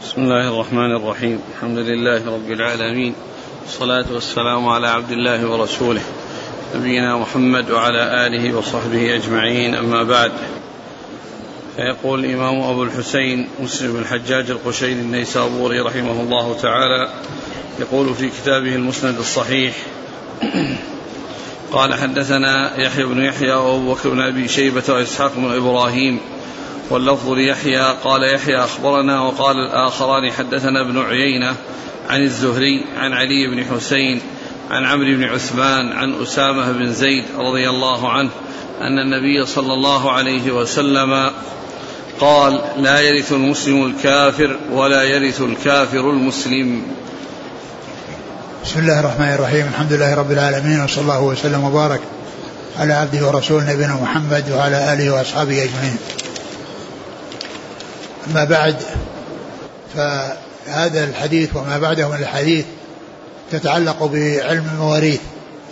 بسم الله الرحمن الرحيم. الحمد لله رب العالمين، والصلاة والسلام على عبد الله ورسوله نبينا محمد وعلى آله وصحبه أجمعين، أما بعد. فيقول الإمام أبو الحسين مسلم بن الحجاج القشيري النيسابوري رحمه الله تعالى، يقول في كتابه المسند الصحيح: قال حدثنا يحيى بن يحيى وأبو بكر بن أبي شيبة وإسحاق بن إبراهيم، واللفظ ليحيى. قال يحيى أخبرنا، وقال الآخران حدثنا ابن عيينة عن الزهري عن علي بن حسين عن عمرو بن عثمان عن أسامة بن زيد رضي الله عنه أن النبي صلى الله عليه وسلم قال: لا يرث المسلم الكافر ولا يرث الكافر المسلم. بسم الله الرحمن الرحيم. الحمد لله رب العالمين، وصلى الله وسلم وبارك على عبده ورسوله نبينا محمد وعلى آله وأصحابه أجمعين. أما بعد، فهذا الحديث وما بعده من الحديث تتعلق بعلم المواريث،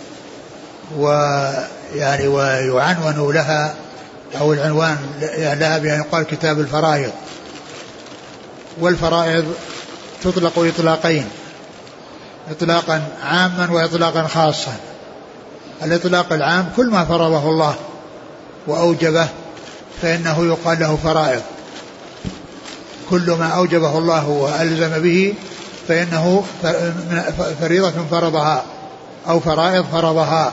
ويعنون لها أو العنوان لها بأن يقال كتاب الفرائض. والفرائض تطلق إطلاقين: إطلاقا عاما وإطلاقا خاصا. الإطلاق العام كل ما فرضه الله وأوجبه فإنه يقال له فرائض، كل ما أوجبه الله وألزم به فإنه فريضة فرضها أو فرائض فرضها.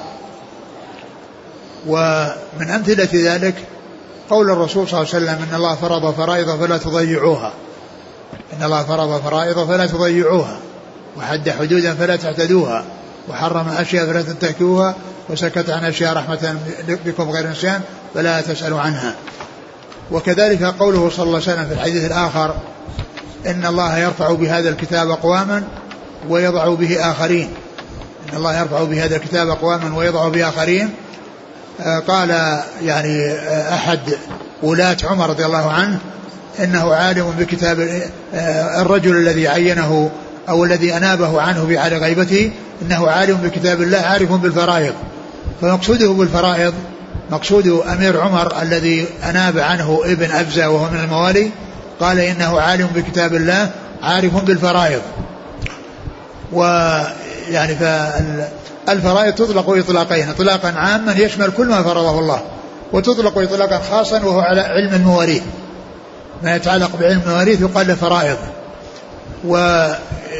ومن أمثلة ذلك قول الرسول صلى الله عليه وسلم: إن الله فرض فرائض فلا تضيعوها، إن الله فرض فرائض فلا تضيعوها، وحد حدودا فلا تعتدوها، وحرم أشياء فلا تنتهكوها، وسكت عن أشياء رحمة بكم غير نسيان فلا تسألوا عنها. وكذلك قوله صلى الله عليه وسلم في الحديث الآخر: إن الله يرفع بهذا الكتاب أقواما ويضع به آخرين. إن الله يرفع بهذا الكتاب أقواما ويضع به آخرين. قال يعني أحد ولاة عمر رضي الله عنه: إنه عالم بكتاب الرجل الذي عينه أو الذي أنابه عنه في حال غيبته، إنه عالم بكتاب الله عارف بالفرائض. فمقصوده بالفرائض مقصود أمير عمر الذي أناب عنه ابن أبزة وهو من الموالي، قال إنه عالم بكتاب الله عارف بالفرائض. ويعني فالفرائض تطلق إطلاقين: إطلاقا عاما يشمل كل ما فرضه الله، وتطلق إطلاقا خاصا وهو على علم المواريث، ما يتعلق بعلم المواريث يقال له فرائض. ومن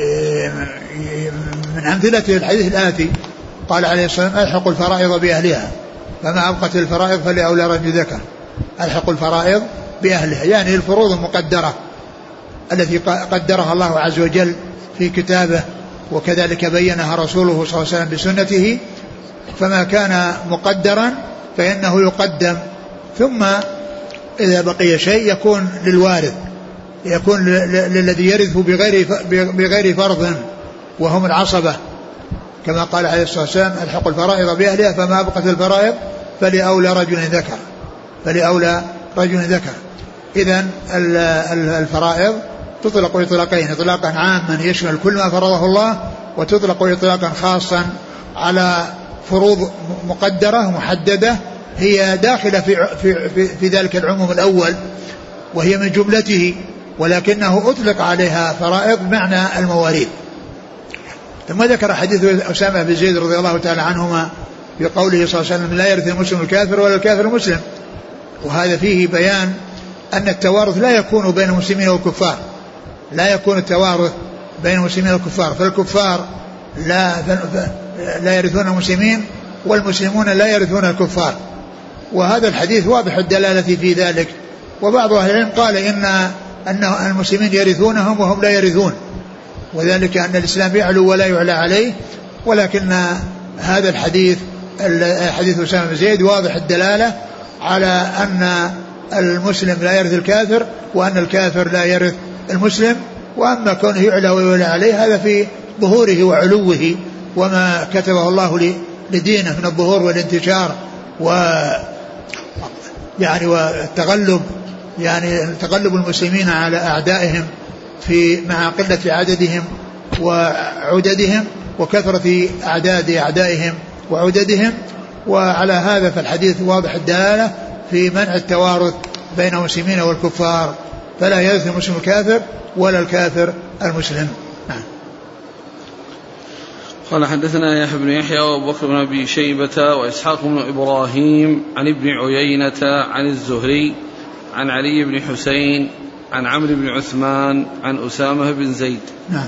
أمثلته الحديث الآتي: قال عليه الصلاة والسلام: ألحقوا الفرائض بأهلها، فما أبقت الفرائض فلأولى رجل ذكر. ألحقوا الفرائض بأهلها، يعني الفروض المقدرة التي قدرها الله عز وجل في كتابه، وكذلك بينها رسوله صلى الله عليه وسلم بسنته. فما كان مقدرا فإنه يقدم، ثم إذا بقي شيء يكون للوارث، يكون للذي يرث بغير فرض وهم العصبة، كما قال عليه الصلاة والسلام: ألحقوا الفرائض بأهلها، فما أبقت الفرائض فلأولى رجل ذكر، فلأولى رجل ذكر. إذن الفرائض تطلق إطلاقين: إطلاقا عاما يشمل كل ما فرضه الله، وتطلق إطلاقا خاصا على فروض مقدرة محددة هي داخلة في ذلك العموم الأول، وهي من جملته، ولكنه أطلق عليها فرائض بمعنى المواريث. ثم ذكر حديث أسامة بن زيد رضي الله تعالى عنهما بقوله صلى الله عليه وسلم: لا يرث المسلم الكافر ولا الكافر المسلم. وهذا فيه بيان أن التوارث لا يكون بين المسلمين والكفار، لا يكون التوارث بين المسلمين والكفار، فالكفار لا يرثون المسلمين، والمسلمون لا يرثون الكفار. وهذا الحديث واضح الدلالة في ذلك. وبعض أهل العلم قال أن المسلمين يرثونهم وهم لا يرثون، وذلك أن الإسلام يعلو ولا يعلى عليه. ولكن هذا الحديث، حديث أسامة بن زيد، واضح الدلالة على أن المسلم لا يرث الكافر، وأن الكافر لا يرث المسلم. وأما كونه يعلى ويعلى عليه هذا في ظهوره وعلوه، وما كتبه الله لدينه من الظهور والانتشار والتغلب، يعني تغلب المسلمين على أعدائهم مع قلة عددهم وعددهم وكثرة أعداد أعدائهم وعددهم. وعلى هذا فالحديث واضح الدلالة في منع التوارث بين المسلمين والكفار فلا يرث المسلم الكافر ولا الكافر المسلم. نعم. قال حدثنا يحيى بن يحيى وابو بكر بن ابي شيبة واسحاق بن ابراهيم عن ابن عيينة عن الزهري عن علي بن حسين عن عمرو بن عثمان عن أسامة بن زيد. نعم.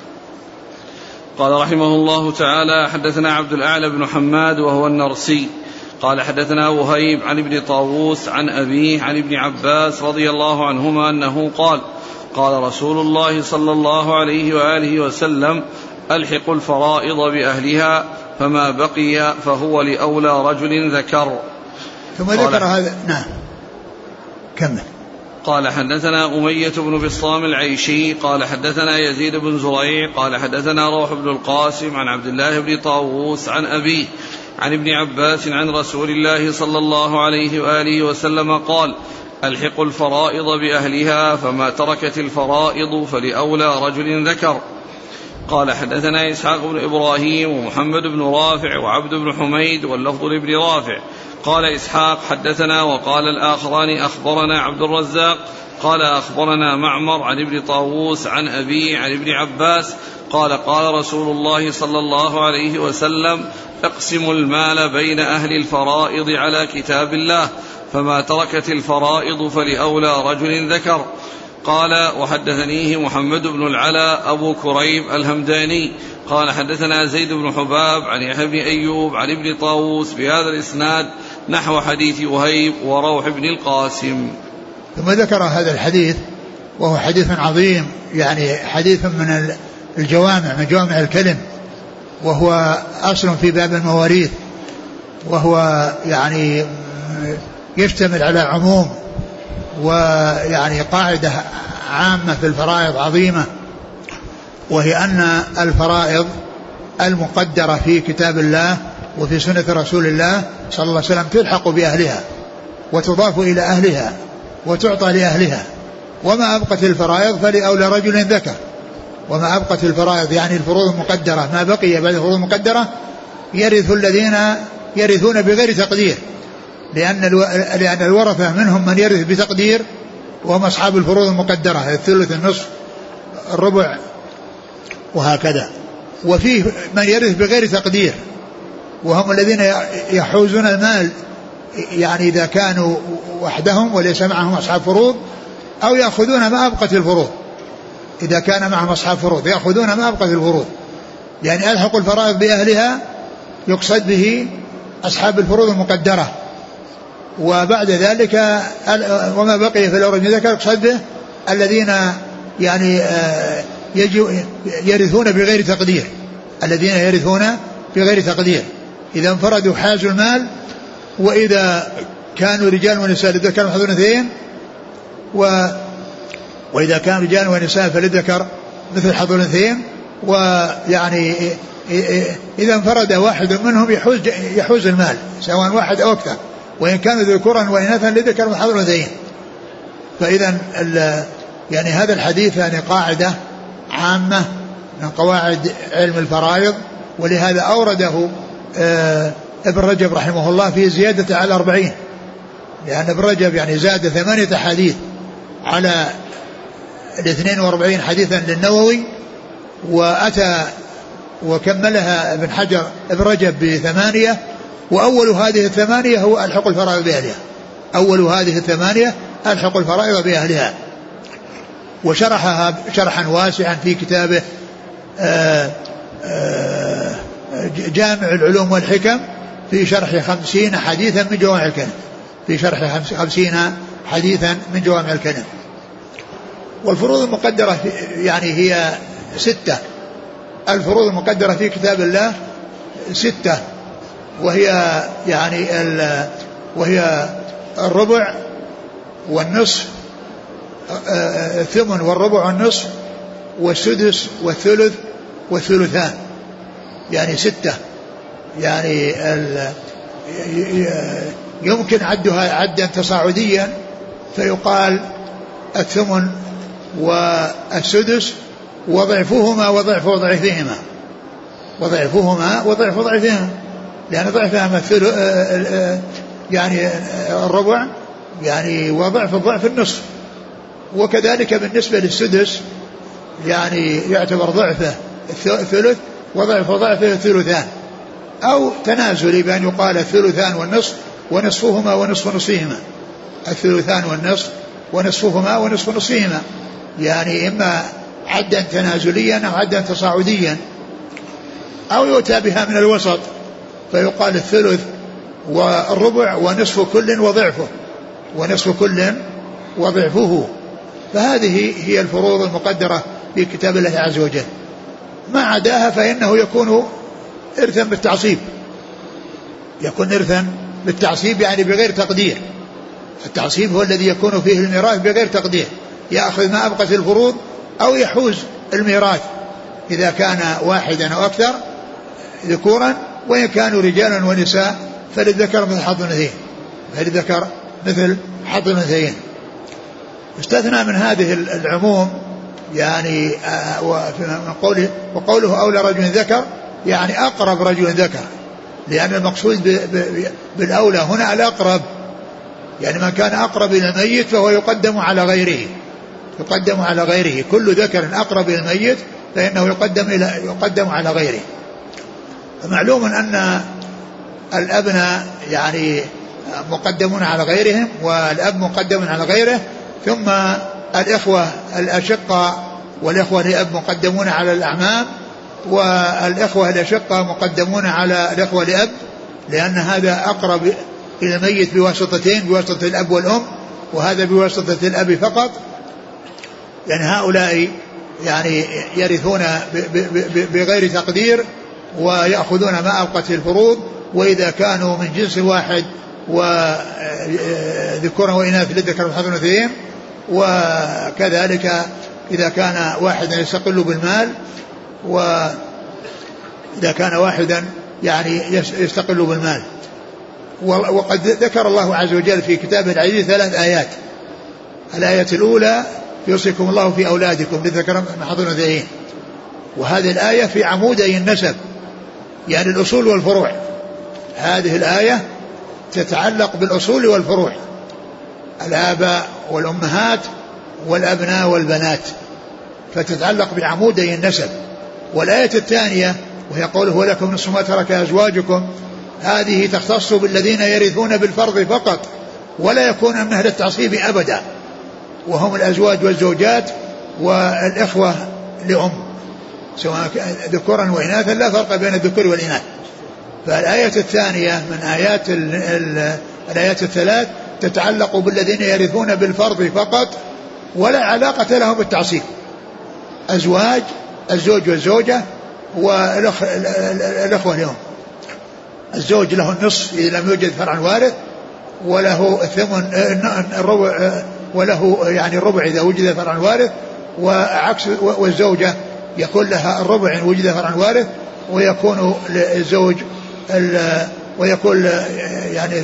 قال رحمه الله تعالى حدثنا عبد الأعلى بن حماد وهو النرسي قال حدثنا وهيب عن ابن طاووس عن أبيه عن ابن عباس رضي الله عنهما أنه قال قال رسول الله صلى الله عليه وآله وسلم ألحقوا الفرائض بأهلها فما بقي فهو لأولى رجل ذكر. ثم ذكر هذا. نعم. كمل. قال حدثنا أمية بن بسطام العيشي قال حدثنا يزيد بن زريع قال حدثنا روح بن القاسم عن عبد الله بن طاووس عن أبيه عن ابن عباس عن رسول الله صلى الله عليه وآله وسلم قال ألحقوا الفرائض بأهلها فما تركت الفرائض فلأولى رجل ذكر. قال حدثنا إسحاق بن إبراهيم ومحمد بن رافع وعبد بن حميد واللفظ لابن رافع. قال إسحاق حدثنا وقال الآخران أخبرنا عبد الرزاق قال أخبرنا معمر عن ابن طاووس عن أبي عن ابن عباس قال قال رسول الله صلى الله عليه وسلم اقسموا المال بين أهل الفرائض على كتاب الله فما تركت الفرائض فلأولى رجل ذكر. قال وحدثنيه محمد بن العلا أبو كريب الهمداني قال حدثنا زيد بن حباب عن يحيى بن أيوب عن ابن طاووس بهذا الإسناد نحو حديث وهيب وروح بن القاسم. ثم ذكر هذا الحديث وهو حديث عظيم يعني حديث من الجوامع من جوامع الكلم وهو أصل في باب المواريث وهو يعني يشتمل على عموم ويعني قاعدة عامة في الفرائض عظيمة وهي أن الفرائض المقدرة في كتاب الله وفي سنة رسول الله صلى الله عليه وسلم تلحق بأهلها وتضاف إلى أهلها وتعطى لأهلها وما أبقت الفرائض فلأولى رجل ذكر. وما أبقت الفرائض يعني الفروض المقدرة ما بقي بعد الفروض المقدرة يرث الذين يرثون بغير تقدير لأن الورثة منهم من يرث بتقدير وهم أصحاب الفروض المقدرة الثلث النصف الربع وهكذا. وفيه من يرث بغير تقدير وهم الذين يحوزون المال يعني إذا كانوا وحدهم وليس معهم أصحاب فروض أو يأخذون ما أبقت الفروض. إذا كان معهم أصحاب فروض يأخذون ما أبقت الفروض يعني ألحق الفرائض بأهلها يقصد به أصحاب الفروض المقدرة. وبعد ذلك وما بقي في الأورج ذكر يقصد به الذين يعني يرثون بغير تقدير الذين يرثون بغير تقدير إذا انفردوا حازوا المال وإذا كانوا رجال ونساء للذكر مثل الأنثيين وإذا كانوا رجال ونساء فللذكر مثل حظ الأنثيين ويعني إذا انفرد واحد منهم يحوز المال سواء واحد أو أكثر وإن كانوا ذكورا وإناثا للذكر مثل حظ الأنثيين. فإذا يعني هذا الحديث يعني قاعدة عامة من قواعد علم الفرائض ولهذا أورده ابن رجب رحمه الله في زيادة على 40 لأن ابن رجب يعني زاد 8 حديث على 42 حديثا للنووي وأتى وكملها ابن حجر ابن رجب ب8 وأول هذه 8 هو ألحق الفرائض بأهلها أول هذه 8 ألحق الفرائض بأهلها وشرحها شرحا واسعا في كتابه جامع العلوم والحكم في شرح 50 حديثا من جوامع الكلم في شرح 50 حديثا من جوامع الكلم. والفروض المقدرة يعني هي 6 الفروض المقدرة في كتاب الله 6 وهي يعني وهي الربع والنصف الثمن والربع والنصف والسدس والثلث والثلثان يعني 6 يعني يمكن عدها عدا تصاعديا فيقال الثمن والسدس وضعفهما وضعف ضعفهما وضعف ضعفهما لأن ضعفهما يعني الربع يعني وضعف الضعف النصف وكذلك بالنسبة للسدس يعني يعتبر ضعفه الثلث وضعفه الثلثان، أو تنازلي بأن يقال الثلثان والنصف ونصفهما ونصف نصفهما، الثلثان والنصف ونصفهما ونصف نصفهما، يعني إما عدا تنازليا أو عدا تصاعديا، أو يؤتى بها من الوسط فيقال الثلث والربع ونصف كل وضعفه، ونصف كل وضعفه. فهذه هي الفروض المقدرة في كتاب الله عز وجل. ما عداها فإنه يكون إرثا بالتعصيب، يكون إرثا بالتعصيب يعني بغير تقدير. التعصيب هو الذي يكون فيه الميراث بغير تقدير، يأخذ ما أبقت الفروض أو يحوز الميراث إذا كان واحدا أو أكثر ذكورا، وإن كانوا رجالا ونساء فللذكر مثل حظ الأنثيين، فللذكر مثل حظ الأنثيين. استثنى من هذه العموم يعني وقوله أولى رجل ذكر يعني أقرب رجل ذكر، لأن المقصود بالأولى هنا الأقرب، يعني من كان أقرب إلى الميت فهو يقدم على غيره، يقدم على غيره، كل ذكر أقرب إلى الميت فإنه يقدم على غيره. معلوم أن الأبناء يعني مقدمون على غيرهم، والأب مقدم على غيره، ثم الإخوة الأشقاء والإخوة الأب مقدمون على الأعمام، والإخوة الأشقاء مقدمون على الإخوة الأب، لأن هذا أقرب إلى الميت بواسطتين، بواسطة الأب والأم، وهذا بواسطة الأب فقط. يعني هؤلاء يعني يرثون بغير تقدير ويأخذون ما أبقت الفروض، وإذا كانوا من جنس واحد وذكورا وإناث للذكر مثل حظ الأنثيين، وكذلك إذا كان واحدا يستقل بالمال، وإذا كان واحدا يعني يستقل بالمال. وقد ذكر الله عز وجل في كتابه العزيز 3 آيات. الآية الأولى يوصيكم الله في أولادكم للذكر مثل حظ الأنثيين، وهذه الآية في عمودي النسب يعني الأصول والفروع. هذه الآية تتعلق بالأصول والفروع، الآباء والأمهات والأبناء والبنات، فتتعلق بعمودي النسب. والآية الثانية وهي قوله ولكم نصف ما ترك أزواجكم، هذه تختص بالذين يرثون بالفرض فقط، ولا يكون من أهل التعصيب أبدا، وهم الأزواج والزوجات والإخوة لأم، سواء ذكورا وإناثا، لا فرق بين الذكور والإناث. فالآية الثانية من آيات الآيات الثلاث تتعلق بالذين يرثون بالفرض فقط، ولا علاقة لهم بالتعصيب. أزواج، الزوج والزوجة، والأخوة لهم. الزوج له النصف إذا لم يوجد فرع وارث، وله الثمن الربع، وله يعني الربع إذا وجد فرع وارث، وعكس. والزوجة يكون لها الربع إن وجد فرع وارث، ويكون الزوج ويكون يعني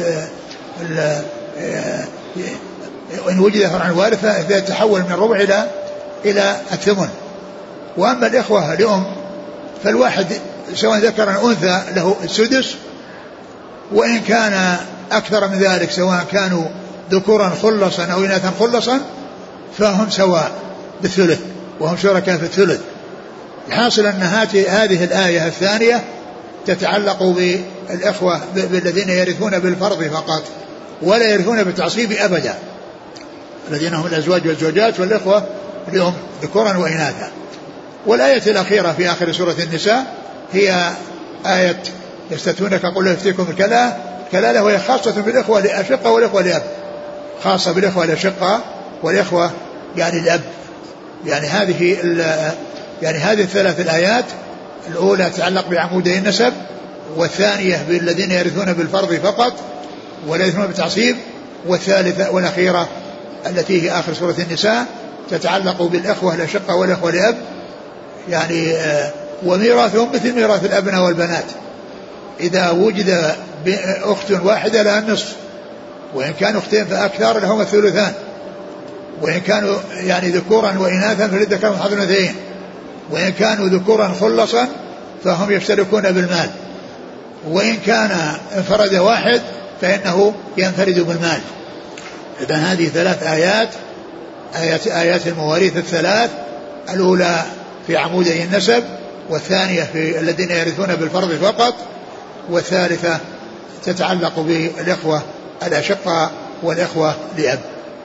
إن وجد فرع وارث فيتحول من الربع إلى الثمن. وأما الإخوة لأم فالواحد سواء ذكر أو أنثى له السدس، وإن كان أكثر من ذلك سواء كانوا ذكورا خلصا أو إناثا خلصا فهم سواء بالثلث، وهم شركاء في الثلث. الحاصل أن هذه الآية الثانية تتعلق بالإخوة بالذين يرثون بالفرض فقط، ولا يرثون بالتعصيب أبدا، الذين هم الأزواج والزوجات والإخوة لهم ذكورا وإناثا. والآية الأخيرة في آخر سورة النساء هي آية يستفتونك قل يفتيكم الكلالة، وهي خاصة بالإخوة الأشقة والإخوة الأب، خاصة بالإخوة الأشقة والإخوة يعني الأب. يعني هذه الثلاث الآيات، الأولى تتعلق بعمودي النسب، والثانية بالذين يرثون بالفرض فقط ولا يرثون بالتعصيب، والثالثة والأخيرة التي هي آخر سورة النساء تتعلق بالإخوة الأشقة والإخوة الأب، يعني وميراثهم مثل ميراث الأبناء والبنات. إذا وجد أخت واحدة لها النصف، وإن كانوا أختين فأكثر لهم الثلثان، وإن كانوا يعني ذكورا وإناثا فللذكر مثل حظ الأنثيين، وإن كانوا ذكورا خلصا فهم يشتركون بالمال، وإن كان انفرد واحد فإنه ينفرد بالمال. إذن هذه 3 آيات آيات المواريث الثلاث، الأولى في عمودي النسب، والثانية في الذين يرثون بالفرض فقط، والثالثة تتعلق بالإخوة الأشقاء والإخوة لأب.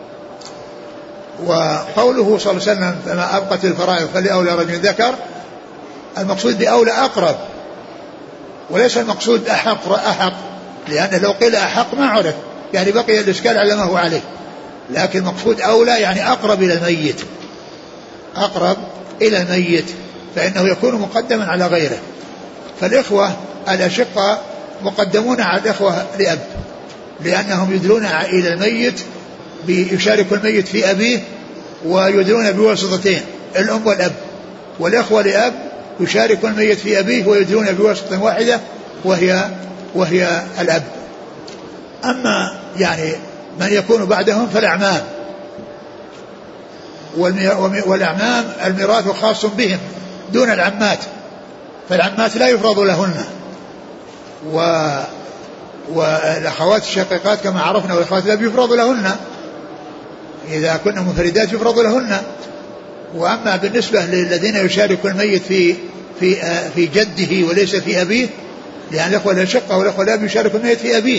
وقوله صلى الله عليه وسلم فما أبقت الفرائض فلأولى رجل ذكر، المقصود بأولى أقرب، وليس المقصود أحق، لأن لو قيل أحق ما عرف، يعني بقي الإشكال على ما هو عليه، لكن المقصود أولى يعني أقرب إلى الميت، أقرب إلى الميت، فإنه يكون مقدما على غيره. فالإخوة الأشقاء مقدمون على الإخوة لأب، لأنهم يدلون إلى الميت يشارك الميت في أبيه، ويدلون بواسطتين الأم والأب، والإخوة لأب يشارك الميت في أبيه ويدلون بواسطة واحدة وهي الأب. أما يعني من يكون بعدهم فالأعمام، والأعمام الميراث خاص بهم دون العمات، فالعمات لا يفرض لهن، والأخوات الشقيقات كما عرفنا والأخوات الأب يفرض لهن، إذا كنا منفردات يفرض لهن. وأما بالنسبة للذين يشارك الميت في جده وليس في أبيه، لأن الأخوة الأشقة والأخوة الأب يشارك الميت في أبيه،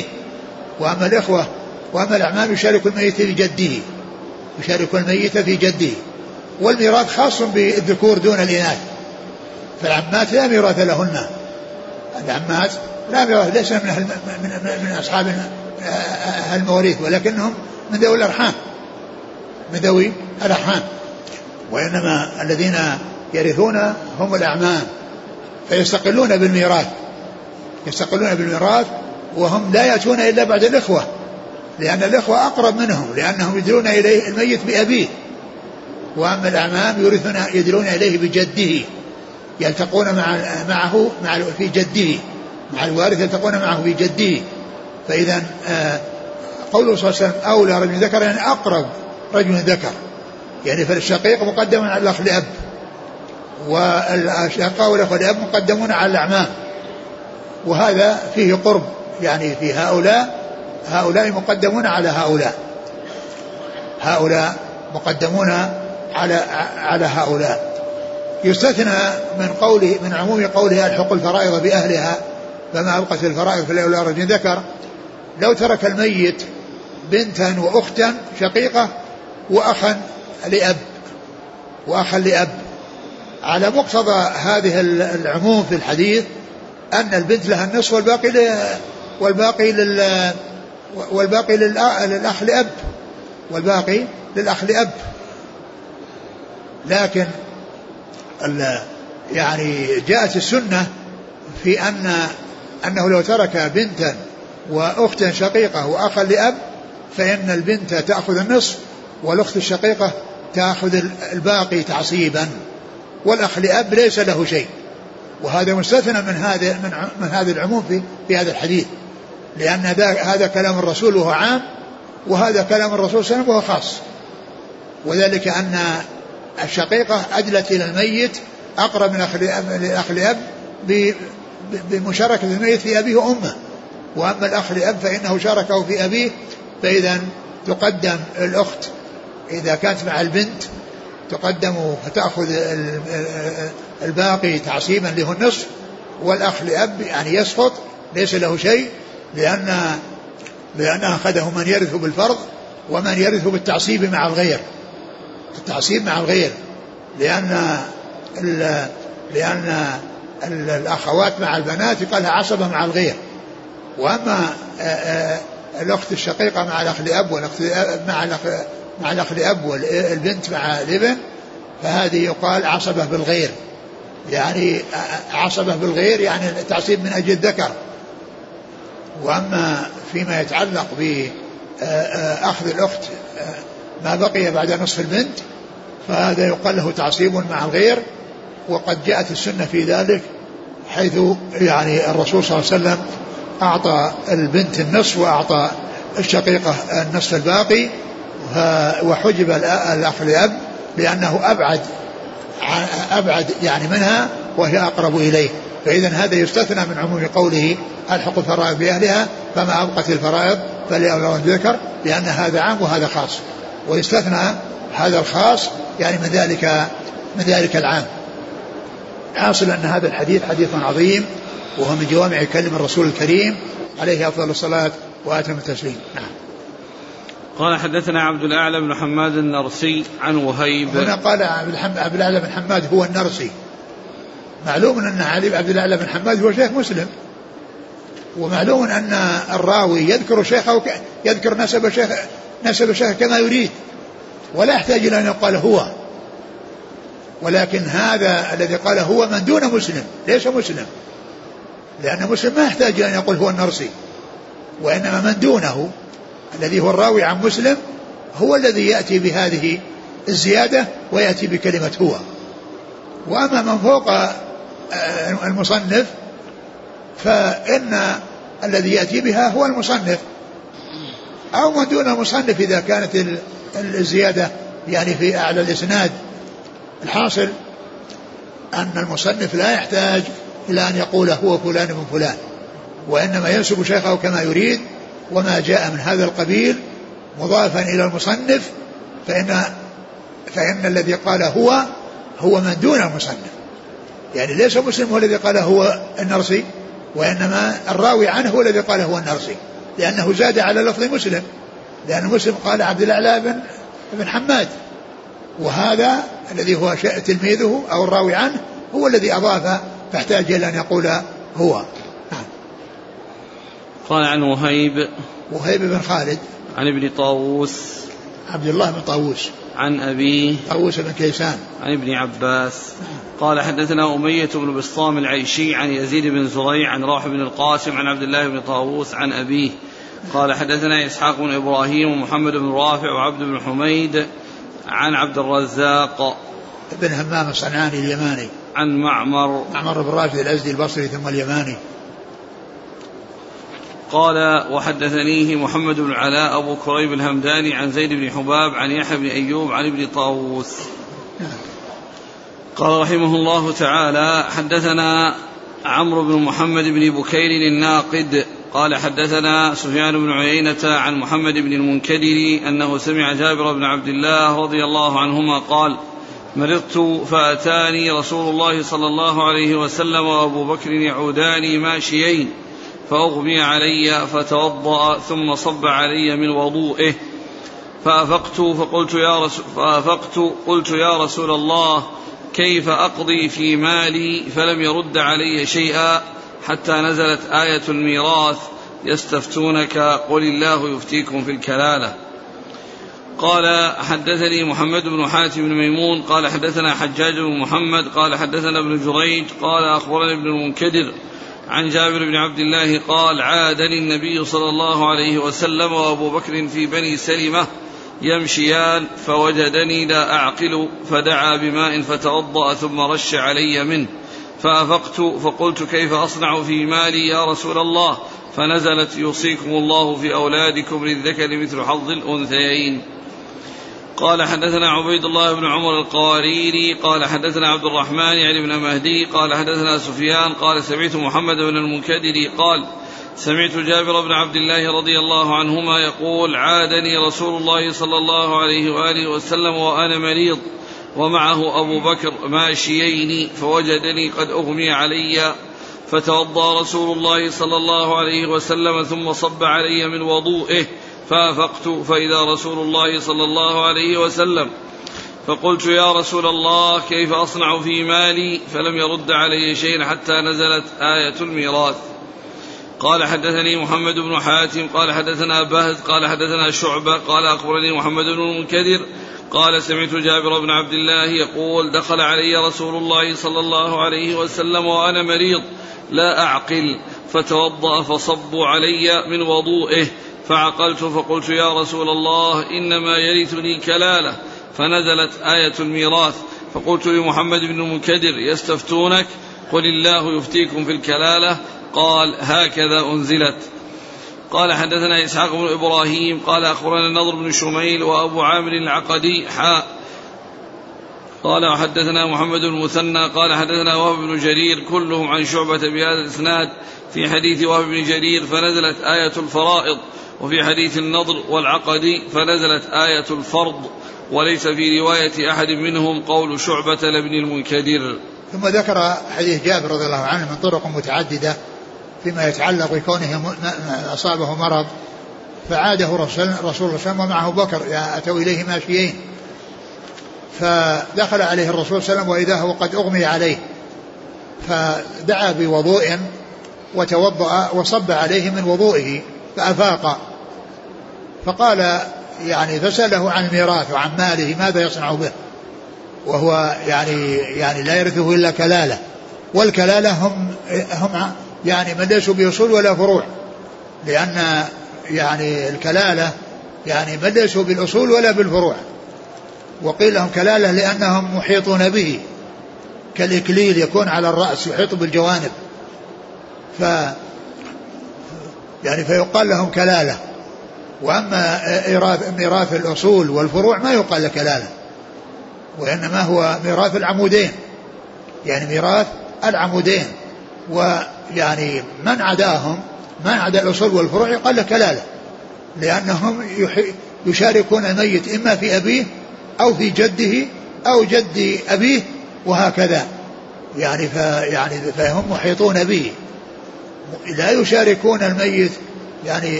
وأما الأعمام يشارك الميت في جده، يشارك الميت في جده. والميراث خاص بالذكور دون الإناث، فالعمات لا ميراث لهن، العمات لا ميراث، ليس من أصحاب المواريث، ولكنهم من ذوي الأرحام، من ذوي الأرحام، وإنما الذين يرثون هم الأعمام، فيستقلون بالميراث، يستقلون بالميراث، وهم لا يأتون إلا بعد الإخوة، لأن الإخوة أقرب منهم، لأنهم يدلون إليه الميت بأبيه. وأما الأعمام يدلون إليه بجده، يلتقون معه في جده، مع الوارث يلتقون معه في جده. فإذا قوله صلى الله عليه وسلم أولى رجل ذكر يعني أقرب رجل ذكر، يعني فالشقيق مقدم على الأخ لأب، والأشقاء والأخوة لأب مقدمون على الأعمام، وهذا فيه قرب، يعني في هؤلاء مقدمون على هؤلاء مقدمون على هؤلاء. يستثنى من عموم قوله الحق الفرائض بأهلها فما أبقت الفرائض فلأولى رجل ذكر، لو ترك الميت بنتا وأختا شقيقة وأخا لأب، على مقتضى هذه العموم في الحديث أن البنت لها النصف والباقي للأخ لأب، والباقي للأخ لأب. لكن يعني جاءت السنة في أنه لو ترك بنتا وأختا شقيقة وأخا لأب فإن البنت تأخذ النصف، والأخت الشقيقة تأخذ الباقي تعصيبا، والأخ لأب ليس له شيء. وهذا مستثنى من هذا العموم في هذا الحديث، لأن هذا كلام الرسول وهو عام، وهذا كلام الرسول صلى الله عليه وسلم وهو خاص. وذلك أن الشقيقة أدلت إلى الميت أقرب من الأخ لأب بمشاركة الميت في أبيه وأمه، وأما الأخ لأب فإنه شاركه في أبيه، فإذا تقدم الأخت إذا كانت مع البنت تقدم فتأخذ الباقي تعصيبا له النصف، والأخ لأب يعني يسقط ليس له شيء، لأن أخذه من يرث بالفرض ومن يرث بالتعصيب مع الغير، التعصيب مع الغير، لأن الأخوات مع البنات يقال لها عصبة مع الغير. وأما الأخت الشقيقة مع الأخ لأب والأخت مع الأخ لأب والبنت مع الابن فهذه يقال عصبة بالغير، يعني عصبة بالغير يعني التعصيب من أجل الذكر. وأما فيما يتعلق بأخذ الأخت ما بقي بعد نصف البنت فهذا يقال له تعصيب مع الغير، وقد جاءت السنة في ذلك، حيث يعني الرسول صلى الله عليه وسلم أعطى البنت النصف وأعطى الشقيقة النصف الباقي، وحجب الأخ لأب لأنه أبعد يعني منها وهي أقرب إليه. فإذا هذا يستثنى من عموم قوله الحق الفرائض بأهلها فما أبقت الفرائض فلأولى رجل ذكر، لأن هذا عام وهذا خاص. ويستثنى هذا الخاص يعني من ذلك العام. حاصل أن هذا الحديث حديث عظيم، وهو من جوامع كلم الرسول الكريم عليه أفضل الصلاة وأتم التسليم. نعم. قال حدثنا عبد الأعلى بن حماد النرسي عن وهيب. هنا قال عبد الأعلى بن حماد هو النرسي. معلوم أن علي عبد الأعلى بن حماد هو شيخ مسلم، ومعلوم أن الراوي يذكر شيخه يذكر نسب شيخه كما يريد، ولا يحتاج إلى أن يقال هو، ولكن هذا الذي قال هو من دون مسلم ليس مسلم، لأن مسلم ما يحتاج إلى أن يقول هو النرسي، وإنما من دونه الذي هو الراوي عن مسلم هو الذي يأتي بهذه الزيادة ويأتي بكلمة هو. وأما من فوق المصنف فإن الذي يأتي بها هو المصنف، أو من دون المصنف إذا كانت الزيادة يعني في أعلى الإسناد. الحاصل أن المصنف لا يحتاج إلى أن يقول هو فلان من فلان، وإنما ينسب شيخه كما يريد، وما جاء من هذا القبيل مضافا إلى المصنف فإن الذي قال هو من دون المصنف، يعني ليس مسلم هو الذي قال هو النرسي، وإنما الراوي عنه هو الذي قال هو النرسي، لأنه زاد على لفظ مسلم، لأن مسلم قال عبد الأعلى بن حماد، وهذا الذي هو تلميذه أو الراوي عنه هو الذي أضاف، فاحتاج إلى أن يقول هو. نعم. قال عن وهيب بن خالد عن ابن طاووس عبد الله بن طاووس عن أبيه طاووس بن كيسان عن ابن عباس قال حدثنا أمية بن بسطام العيشي عن يزيد بن زريع عن روح بن القاسم عن عبد الله بن طاووس عن أبيه قال حدثنا إسحاق بن إبراهيم ومحمد بن رافع وعبد بن حميد عن عبد الرزاق بن همام الصنعاني اليماني عن معمر بن راشد الأزدي البصري ثم اليماني. قال وحدثنيه محمد بن علاء أبو كريب الهمداني عن زيد بن حباب عن يحيى بن أيوب عن ابن طاووس. قال رحمه الله تعالى حدثنا عمرو بن محمد بن بكير الناقد قال حدثنا سفيان بن عيينة عن محمد بن المنكدر أنه سمع جابر بن عبد الله رضي الله عنهما قال مرضت فأتاني رسول الله صلى الله عليه وسلم وأبو بكر يعوداني ماشيين فأغمي علي فتوضأ ثم صب علي من وضوئه فأفقت قلت يا رسول الله كيف أقضي في مالي فلم يرد علي شيئا حتى نزلت آية الميراث يستفتونك قل الله يفتيكم في الكلالة. قال حدثني محمد بن حاتم بن ميمون قال حدثنا حجاج بن محمد قال حدثنا ابن جريج قال أخبرني ابن المنكدر عن جابر بن عبد الله قال عادني النبي صلى الله عليه وسلم وأبو بكر في بني سلمة يمشيان فوجدني لا أعقل فدعا بماء فتوضأ ثم رش علي منه فأفقت فقلت كيف أصنع في مالي يا رسول الله فنزلت يوصيكم الله في أولادكم للذكر مثل حظ الأنثيين. قال حدثنا عبيد الله بن عمر القواريري قال حدثنا عبد الرحمن يعني بن مهدي قال حدثنا سفيان قال سمعت محمد بن المنكدر قال سمعت جابر بن عبد الله رضي الله عنهما يقول عادني رسول الله صلى الله عليه وآله وسلم وأنا مريض ومعه أبو بكر ماشيين فوجدني قد أغمي علي فتوضأ رسول الله صلى الله عليه وسلم ثم صب علي من وضوئه فأفقت فإذا رسول الله صلى الله عليه وسلم فقلت يا رسول الله كيف أصنع في مالي فلم يرد علي شيء حتى نزلت آية الميراث. قال حدثني محمد بن حاتم قال حدثنا بهز قال حدثنا شعبة قال أخبرني محمد بن المنكدر قال سمعت جابر بن عبد الله يقول دخل علي رسول الله صلى الله عليه وسلم وأنا مريض لا أعقل فتوضأ فصبوا علي من وضوئه فعقلت فقلت يا رسول الله إنما يرثني كلالة فنزلت آية الميراث فقلت لمحمد بن المنكدر يستفتونك قل الله يفتيكم في الكلالة قال هكذا أنزلت. قال حدثنا إسحاق بن إبراهيم قال أخبرنا النضر بن شميل وأبو عامر العقدي قال وحدثنا محمد المثنى قال حدثنا وهب بن جرير كلهم عن شعبة بهذا الإسناد في حديث وهب بن جرير فنزلت آية الفرائض، وفي حديث النضر والعقدي فنزلت آية الفرض، وليس في رواية أحد منهم قول شعبة لابن المنكدر. ثم ذكر حديث جابر رضي الله عنه من طرق متعددة فيما يتعلق بكونه أصابه مرض فعاده رسول الله صلى الله عليه وسلم ومعه بكر أتوا إليه ماشيين، فدخل عليه الرسول صلى الله عليه وسلم وإذا هو قد أغمي عليه، فدعا بوضوء وتوضأ وصب عليه من وضوئه فأفاق، فقال يعني فسأله عن الميراث وعن ماله ماذا يصنع به، وهو يعني لا يرثه إلا كلالة، والكلالة هم يعني من ليسوا بأصول ولا فروع، لأن يعني الكلالة يعني من ليسوا بالأصول ولا بالفروع، وقيل لهم كلالة لأنهم محيطون به كالإكليل يكون على الرأس يحيط بالجوانب، فيقال لهم كلالة. وأما ميراث الأصول والفروع ما يقال له كلالة، وإنما هو ميراث العمودين، يعني ميراث العمودين، ويعني من عدا الأصول والفروع يقال له كلالة، لأنهم يشاركون الميت إما في أبيه أو في جده أو جد أبيه وهكذا، يعني فهم محيطون به، لا يشاركون الميت، يعني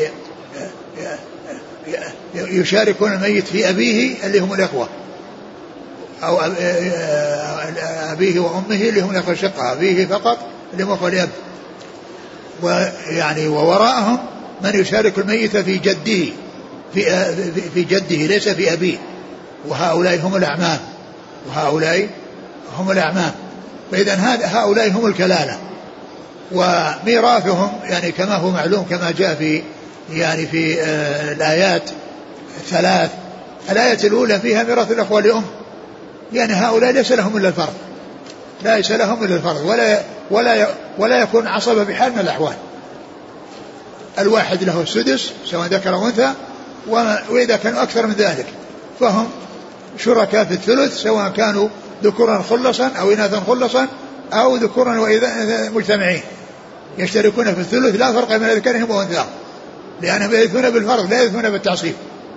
يشاركون الميت في أبيه اللي هم الإخوة، أو أبيه وأمه اللي هم الإخوة الشقة، أبيه فقط اللي هم أخوة الأب، ويعني ووراءهم من يشارك الميت في جده في جده ليس في أبيه، وهؤلاء هم الأعمام، فإذا هؤلاء هم الكلالة، وميراثهم يعني كما هو معلوم كما جاء في الآيات الثلاث. الآية الأولى فيها ميراث الأخوة لأم، يعني هؤلاء ليس لهم إلا الفرض، ولا يكون عصبة بحال من الأحوال. الواحد له السدس سواء ذكر أو أنثى، وإذا كانوا أكثر من ذلك فهم شركاء في الثلث، سواء كانوا ذكورا خلصا أو إناثا خلصا أو ذكورا وإذا مجتمعين يشتركون في الثلث، لا فرق بين ذكرهم وأنثاهم، لأنهم يرثون بالفرض لا يرثون بالتعصيب.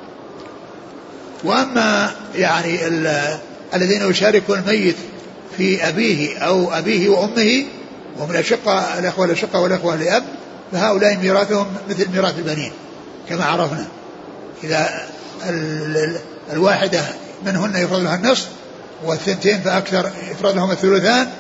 وأما يعني الذين يشاركون الميت في أبيه أو أبيه وأمه وهم الأشقة، الأخوة الأشقة والأخوة لأب، فهؤلاء ميراثهم مثل ميراث البنين كما عرفنا، إذا الواحدة منهن يفرض لها النصف، والثنتين فأكثر يفرض لهم الثلثان،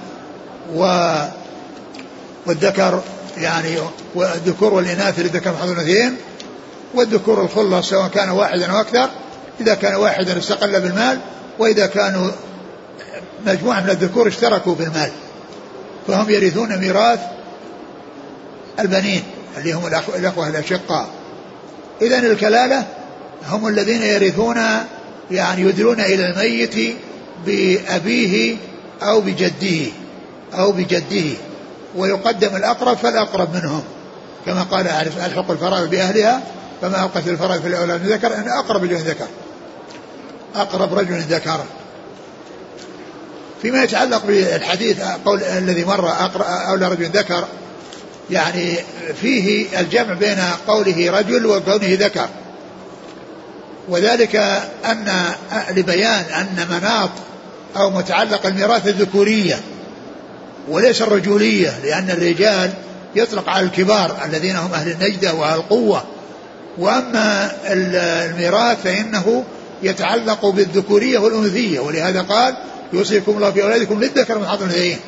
والذكر يعني والذكور والإناث للذكر حظ الأنثيين، والذكور الخلص سواء كان واحدا أو أكثر، إذا كان واحدا استقل بالمال، وإذا كانوا مجموعة من الذكور اشتركوا في المال فهم يرثون ميراث البنين اللي هم الأخوة الأشقاء. إذن الكلالة هم الذين يرثون يعني يدلون إلى الميت بأبيه أو بجده ويقدم الأقرب فالأقرب منهم، كما قال ألحق الفرائض بأهلها فما ألقت الفرائض في الأولاد من ذكر، أن أقرب رجل ذكر. فيما يتعلق بالحديث قول الذي مر أولى رجل ذكر، يعني فيه الجمع بين قوله رجل وكونه ذكر، وذلك أن لبيان أن مناط أو متعلق الميراث الذكورية وليس الرجولية، لأن الرجال يطلق على الكبار الذين هم أهل النجدة وأهل القوة، وأما الميراث فإنه يتعلق بالذكورية والأنثية، ولهذا قال يوصيكم الله في أولادكم للذكر مثل حظ الأنثيين،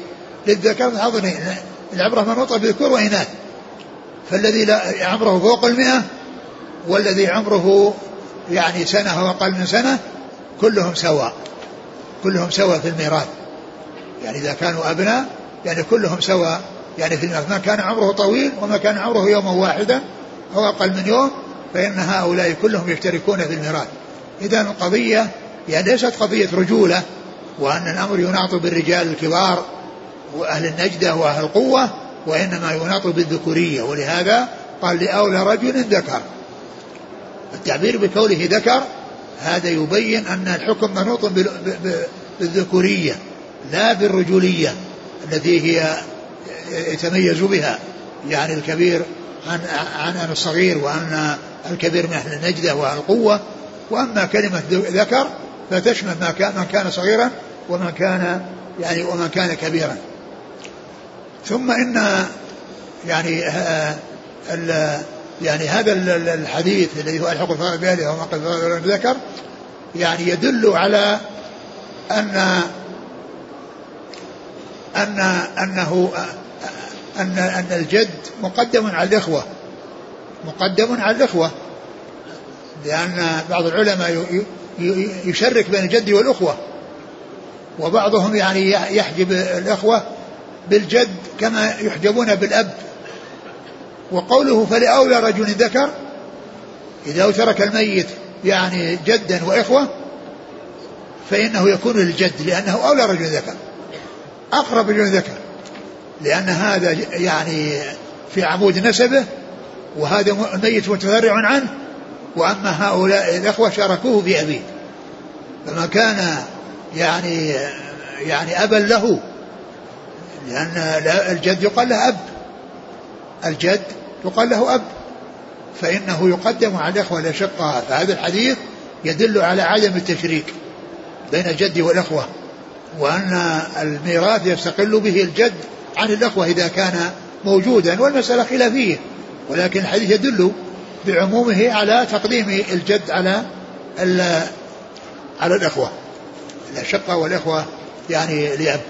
العبرة منوطة بذكور وإناث، فالذي عمره فوق 100 والذي عمره يعني سنة أو أقل من سنة كلهم سواء في الميراث، يعني إذا كانوا أبناء يعني كلهم سواء يعني في الميراث، ما كان عمره طويل وما كان عمره يوما واحدا أو أقل من يوم فإن هؤلاء كلهم يشتركون في الميراث. إذن القضية يعني ليست قضية رجولة وأن الأمر يناط بالرجال الكبار وأهل النجدة وأهل القوة، وإنما يناط بالذكورية، ولهذا قال لأولى رجل ذكر. التعبير بقوله ذكر هذا يبين أن الحكم منوط بالذكورية لا بالرجولية التي هي يتميز بها، يعني الكبير عن الصغير، وأن الكبير من أهل النجدة والقوة. وأما كلمة ذكر فتشمل من كان صغيرا ومن كان كبيرا. ثم إن يعني هذا الحديث الذي هو الحق الفرائض بأهلها وما قد فرائض ذكر يعني يدل على أن الجد مقدم على الإخوة، لأن بعض العلماء يشرك بين الجد والأخوة، وبعضهم يعني يحجب الأخوة بالجد كما يحجبون بالأب. وقوله فلأولى رجل ذكر إذا ترك الميت يعني جدا وإخوة فإنه يكون للجد، لأنه أولى رجل ذكر، أقرب رجل ذكر، لأن هذا يعني في عمود نسبه، وهذا الميت متفرع عنه، وأما هؤلاء الأخوة شاركوه بأبيه، فما كان يعني أبا له، لأن الجد يقال له أب، الجد يقال له أب، فإنه يقدم على الأخوة الأشقاء. فهذا الحديث يدل على عدم التشريك بين الجد والأخوة، وأن الميراث يستقل به الجد عن الأخوة إذا كان موجودا، والمسألة خلافية، ولكن الحديث يدل بعمومه على تقديم الجد على الأخوة الأشقاء والأخوة يعني لأب.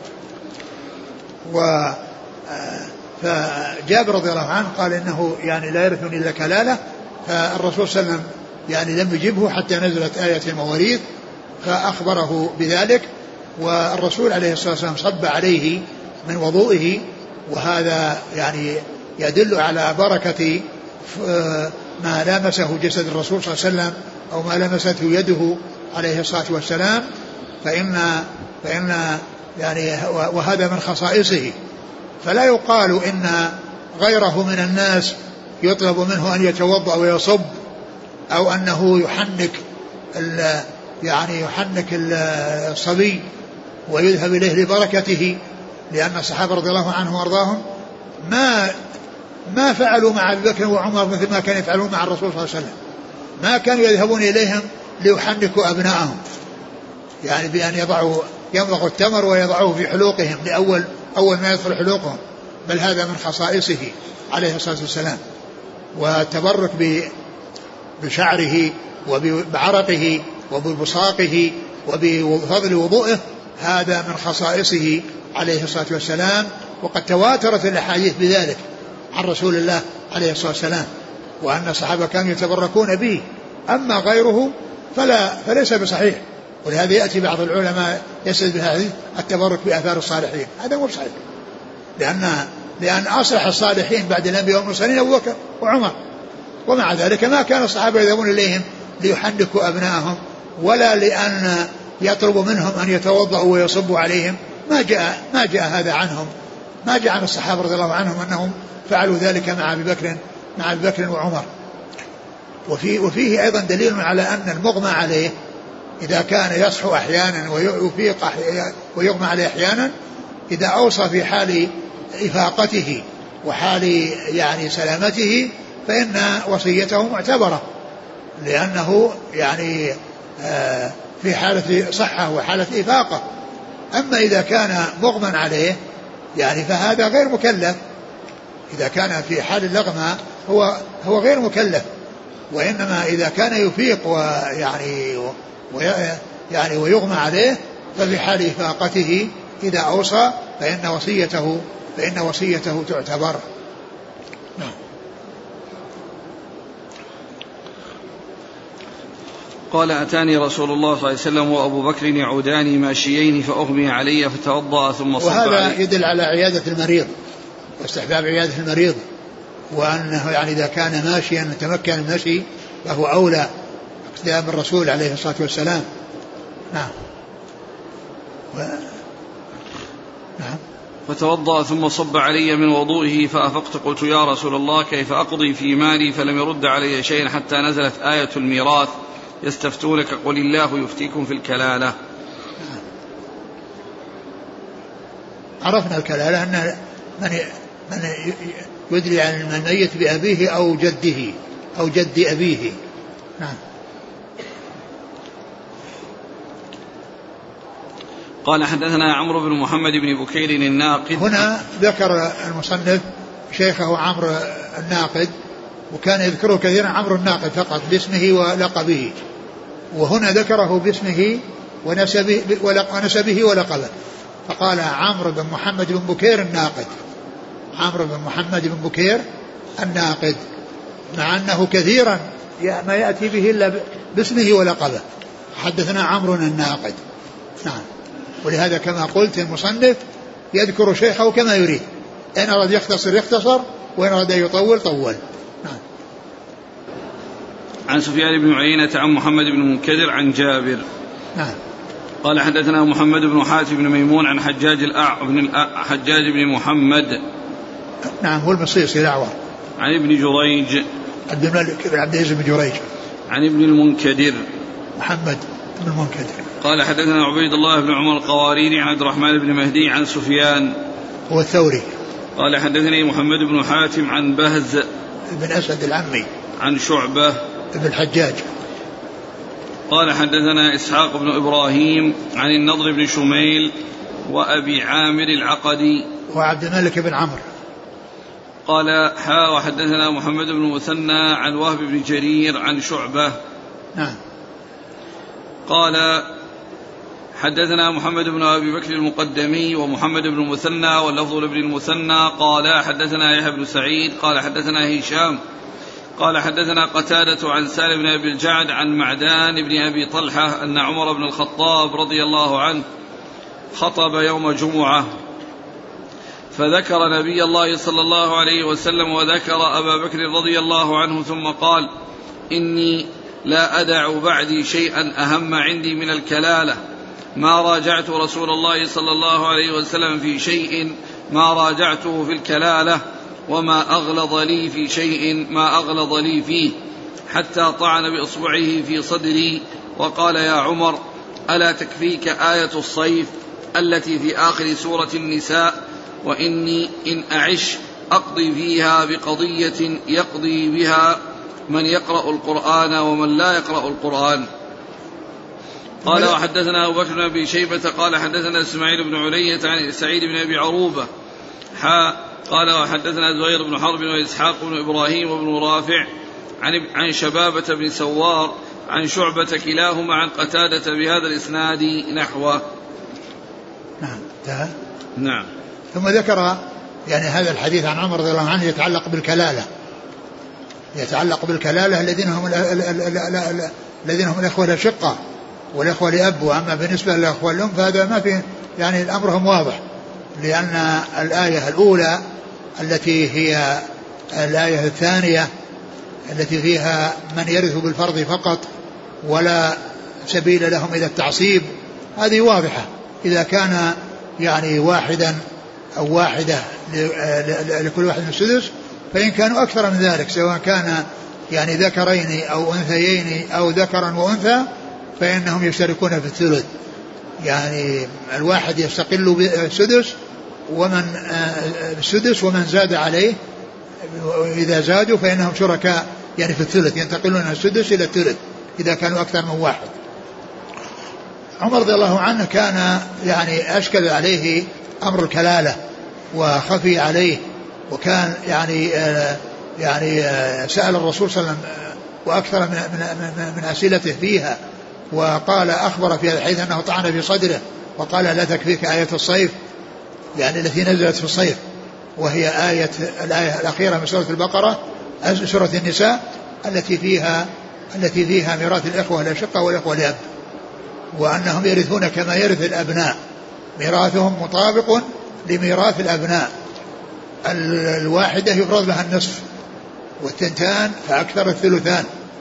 فجابر رضي الله عنه قال إنه يعني لا يرثني إلا كلالة، فالرسول صلى الله عليه وسلم يعني لم يجبه حتى نزلت آية المواريث فأخبره بذلك، والرسول عليه الصلاة والسلام صب عليه من وضوئه، وهذا يعني يدل على بركة ما لامسه جسد الرسول صلى الله عليه وسلم أو ما لمسته يده عليه الصلاة والسلام، فإن يعني وهذا من خصائصه، فلا يقال إن غيره من الناس يطلب منه أن يتوضأ ويصب، أو أنه يحنك الصبي ويذهب إليه لبركته، لأن الصحابة رضي الله عنهم وارضاهم ما فعلوا مع أبي بكر وعمر مثل ما كانوا يفعلون مع الرسول صلى الله عليه وسلم، ما كانوا يذهبون إليهم ليحنكوا أبنائهم، يعني بأن يمضغوا التمر ويضعوه في حلوقهم أول ما يدخل حلوقهم، بل هذا من خصائصه عليه الصلاة والسلام. والتبرك بشعره وبعرقه وببصاقه وبفضل وضوءه هذا من خصائصه عليه الصلاة والسلام، وقد تواترت الأحاديث بذلك عن رسول الله عليه الصلاة والسلام، وأن الصحابة كانوا يتبركون به. أما غيره فليس بصحيح، ولهذا يأتي بعض العلماء يسأل بهذه التبرك بآثار الصالحين، هذا مو صحيح، لأن أصلح الصالحين بعد الأنبياء والمرسلين أبو بكر وعمر، ومع ذلك ما كان الصحابة يذهبون إليهم ليحنكوا أبنائهم، ولا لأن يطلبوا منهم أن يتوضأوا ويصبوا عليهم، ما جاء هذا عنهم، ما جاء عن الصحابة رضي الله عنهم أنهم فعلوا ذلك مع أبي بكر وعمر. وفيه أيضا دليل على أن المغمى عليه إذا كان يصحو أحيانا ويفيق ويغمى عليه أحيانا، إذا أوصى في حال إفاقته وحال يعني سلامته فإن وصيته معتبرة، لأنه يعني في حالة صحة وحالة إفاقة. أما إذا كان مغمى عليه يعني فهذا غير مكلف، إذا كان في حال اللغمة هو غير مكلف، وإنما إذا كان يفيق ويغمى عليه ففي حال إفاقته إذا أوصى فإن وصيته تعتبر. قال أتاني رسول الله صلى الله عليه وسلم وأبو بكر يعودان ماشيين فأغمي علي فتوضأ ثم صب علي. وهذا يدل على عيادة المريض واستحباب عيادة المريض، وأنه يعني إذا كان ماشيا تمكن المشي فهو أولى اقتداء بالرسول عليه الصلاة والسلام. نعم. فتوضأ ثم صب علي من وضوئه فأفقت قلت يا رسول الله كيف أقضي في مالي؟ فلم يرد علي شيئا حتى نزلت آية الميراث يستفتونك قل الله يفتيكم في الكلالة. عرفنا الكلالة أن من يدري عن الميت بأبيه أو جده أو جد أبيه. نعم. قال حدثنا عمرو بن محمد بن بكير الناقد. هنا ذكر المصنف شيخه عمرو الناقد، وكان يذكره كثيرا عمرو الناقد فقط باسمه ولقبه، وهنا ذكره باسمه ونسبه ولقبه، فقال عمرو بن محمد بن بكير الناقد، عمرو بن محمد بن بكير الناقد، مع أنه كثيرا ما يأتي به إلا باسمه ولقبه. حدثنا عمرو الناقد. نعم. ولهذا كما قلت المصنف يذكر شيخه كما يريد، إن أراد يختصر يختصر، وإن أراد يطول طول. نعم. عن سفيان بن عيينة عن محمد بن منكدر عن جابر. نعم. قال حدثنا محمد بن حاتم بن ميمون عن حجاج بن محمد. نعم. هو المصيصي الأعور. عن ابن جريج عبد الملك بن عبد العزيز بن جريج. عن ابن المنكدر محمد بن المنكدر. قال حدثنا عبيد الله بن عمر القواريري عن عبد الرحمن بن مهدي عن سفيان هو الثوري. قال حدثني محمد بن حاتم عن بهز بن أسد العمي عن شعبة بن الحجاج. قال حدثنا إسحاق بن إبراهيم عن النضر بن شميل وأبي عامر العقدي وعبد الملك بن عمرو. قال وحدثنا محمد بن مثنى عن وهب بن جرير عن شعبة. نعم. قال حدثنا محمد بن أبي بكر المقدمي ومحمد بن المثنى واللفظ لابن المثنى قال حدثنا يحيى بن سعيد قال حدثنا هشام قال حدثنا قتادة عن سالم بن أبي الجعد عن معدان بن أبي طلحة أن عمر بن الخطاب رضي الله عنه خطب يوم جمعة فذكر نبي الله صلى الله عليه وسلم وذكر أبا بكر رضي الله عنه ثم قال إني لا أدع بعدي شيئا أهم عندي من الكلالة ما راجعت رسول الله صلى الله عليه وسلم في شيء ما راجعته في الكلالة وما أغلظ لي في شيء ما أغلظ لي فيه حتى طعن بإصبعه في صدري وقال يا عمر ألا تكفيك آية الصيف التي في آخر سورة النساء وإني إن أعش أقضي فيها بقضية يقضي بها من يقرأ القرآن ومن لا يقرأ القرآن. قال وحدثنا أبو بكر بن أبي شيبة قال حدثنا إسماعيل بن علية عن سعيد بن أبي عروبة قال وحدثنا زهير بن حرب وإسحاق بن إبراهيم وابن رافع عن شبابة بن سوار عن شعبة كلاهما عن قتادة بهذا الإسناد نحوه. نعم. ثم ذكر يعني هذا الحديث عن عمر رضي الله عنه يتعلق بالكلالة الذين هم الأخوة الأشقة والأخوة لأب. وأما بالنسبة للأخوة الأم فهذا ما في يعني الأمر هم واضح، لأن الآية الأولى التي هي الآية الثانية التي فيها من يرث بالفرض فقط ولا سبيل لهم إلى التعصيب هذه واضحة. إذا كان يعني واحدا أو واحدة لكل واحد من السدس، فإن كانوا أكثر من ذلك سواء كان يعني ذكرين أو أنثيين أو ذكرا وأنثى فإنهم يشتركون في الثلث. يعني الواحد يستقل بالسدس ومن زاد عليه إذا زادوا فإنهم شركاء يعني في الثلث، ينتقلون من السدس إلى الثلث إذا كانوا أكثر من واحد. عمر رضي الله عنه كان يعني أشكل عليه أمر الكلالة وخفي عليه، وكان يعني سأل الرسول صلى الله عليه وسلم وأكثر من أسئلته فيها، وقال أخبر في حيث أنه طعن في صدره وقال لا تكفيك آية الصيف يعني التي نزلت في الصيف، وهي الآية الأخيرة من سورة البقرة سورة النساء التي فيها ميراث الإخوة الأشقة والإخوة الأب، وأنهم يرثون كما يرث الأبناء، ميراثهم مطابق لميراث الأبناء. الواحدة يفرض لها النصف والثنتان فأكثر الثلثان.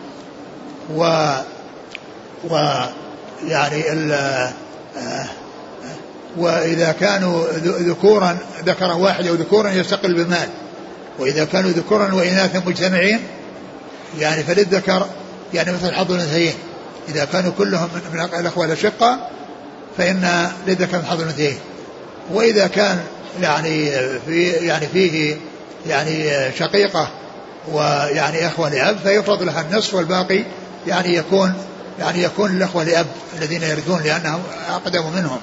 وإذا كانوا ذكورا ذكرا واحد أو ذكورا يستقل بالمال، وإذا كانوا ذكورا وإناثا مجتمعين يعني فللذكر يعني مثل حظ الأنثيين، إذا كانوا كلهم من الأخوة الأشقة فإن للذكر مثل حظ الأنثيين. وإذا كان يعني فيه يعني شقيقة ويعني إخوة لأب فيفرض لها النصف والباقي يعني يكون الإخوة لأب الذين يرثون لأنهم أقدم منهم.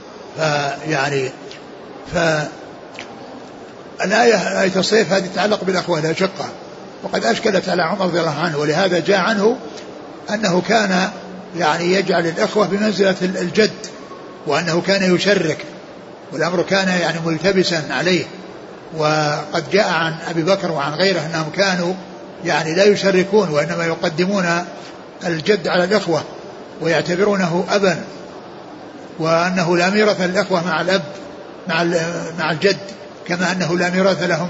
الآية آية الصيف هذه تتعلق بالأخوة لا شقة، وقد أشكلت على عمر رضي الله عنه، ولهذا جاء عنه أنه كان يعني يجعل الأخوة بمنزلة الجد، وأنه كان يشرك، والأمر كان يعني ملتبسا عليه. وقد جاء عن أبي بكر وعن غيره أنهم كانوا يعني لا يشركون، وإنما يقدمون الجد على الأخوة ويعتبرونه أبا، وأنه لا ميراث للأخوة مع الأب مع الجد، كما أنه لا ميراث لهم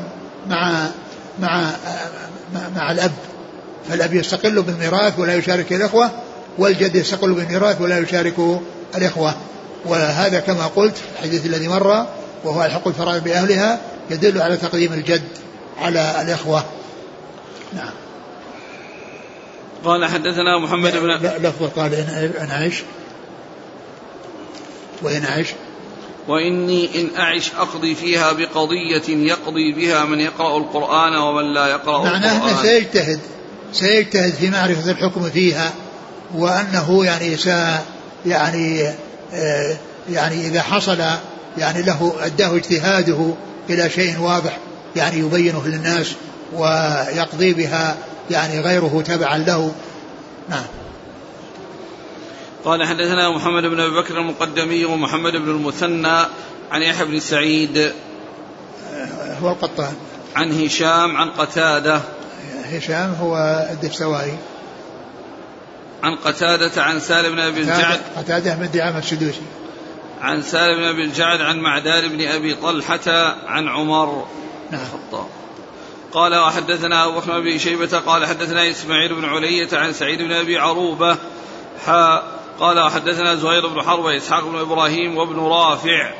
مع الأب، فالأب يستقل بالميراث ولا يشارك الأخوة، والجد يستقل بالميراث ولا يشارك الأخوة. وهذا كما قلت الحديث الذي مر وهو الحق الفرائض بأهلها يدل على تقديم الجد على الأخوة. نعم. قال حدثنا محمد بن لفظ قال إن أعيش وإن أعيش وإني إن أعش أقضي فيها بقضية يقضي بها من يقرأ القرآن ومن لا يقرأ القرآن. معناه سيجتهد في معرفة الحكم فيها، وأنه يعني إذا حصل يعني له أداه اجتهاده إلى شيء واضح يعني يبينه للناس ويقضي بها يعني غيره تبعا له. نعم. قال حدثنا محمد بن أبي بكر المقدمي ومحمد بن المثنى عن يحيى بن سعيد هو القطان عن هشام عن قتادة. هشام هو الدستوائي عن قتادة عن سالم بن أبي الجعد. قتادة من دعامة السدوسي. عن سالم بن أبي الجعد عن معدان بن أبي طلحة عن عمر. نعم. قال وحدثنا أبو بكر بن شيبة قال حدثنا إسماعيل بن علية عن سعيد بن أبي عروبة قال وحدثنا زهير بن حرب وإسحاق بن إبراهيم وابن رافع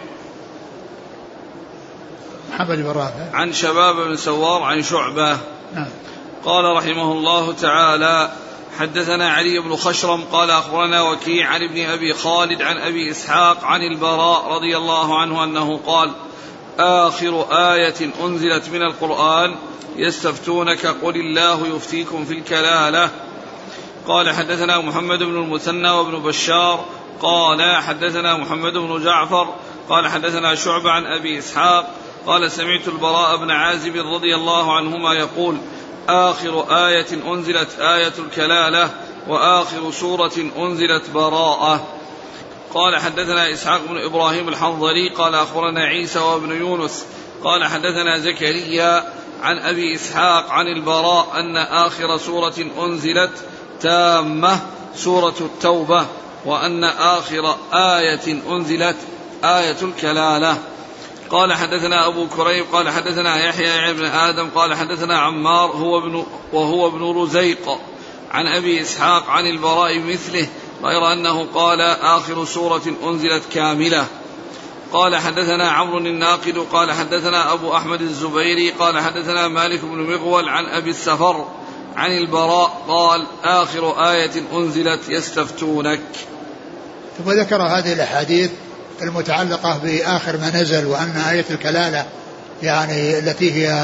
محمد بن رافع عن شباب بن سوار عن شعبة. نعم. قال رحمه الله تعالى حدثنا علي بن خشرم قال أخبرنا وكيع عن ابن أبي خالد عن أبي إسحاق عن البراء رضي الله عنه أنه قال آخر آية أنزلت من القرآن يستفتونك قل الله يفتيكم في الكلالة. قال حدثنا محمد بن المثنى وابن بشار قال حدثنا محمد بن جعفر قال حدثنا شعبة عن أبي إسحاق قال سمعت البراء بن عازب رضي الله عنهما يقول آخر آية أنزلت آية الكلالة وآخر سورة أنزلت براءة. قال حدثنا إسحاق بن إبراهيم الحنظلي قال أخبرنا عيسى وابن يونس قال حدثنا زكريا عن أبي إسحاق عن البراء أن آخر سورة أنزلت تامة سورة التوبة وأن آخر آية أنزلت آية الكلالة. قال حدثنا أبو كريب قال حدثنا يحيى بن آدم قال حدثنا عمار وهو ابن رزيق عن أبي إسحاق عن البراء مثله غير أنه قال آخر سورة أنزلت كاملة. قال حدثنا عمرو الناقد قال حدثنا أبو أحمد الزبيري قال حدثنا مالك بن مغول عن أبي السفر عن البراء قال آخر آية أنزلت يستفتونك. ثم ذكر هذه الأحاديث المتعلقة بآخر ما نزل، وأن آية الكلالة يعني التي هي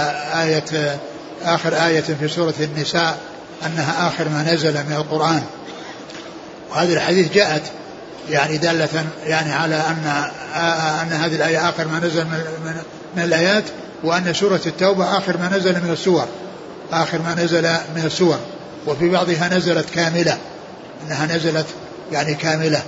آخر آية في سورة النساء أنها آخر ما نزل من القرآن. وهذه الحديث جاءت يعني دالة يعني على أن هذه الآية آخر ما نزل من الآيات، وأن سورة التوبة آخر ما نزل من السور، آخر ما نزل من السور، وفي بعضها نزلت كاملة، أنها نزلت يعني كاملة.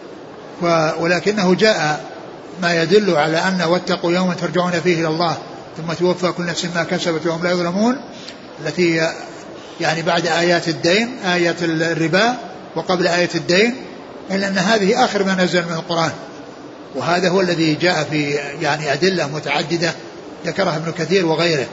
ولكنه جاء ما يدل على أن واتقوا يوما ترجعون فيه إلى الله ثم توفى كل نفس ما كسبت وهم لا يظلمون، التي يعني بعد آيات الدين آية الربا وقبل آية الدين، إلا أن هذه آخر ما نزل من القرآن. وهذا هو الذي جاء في يعني أدلة متعددة ذكرها ابن كثير وغيره.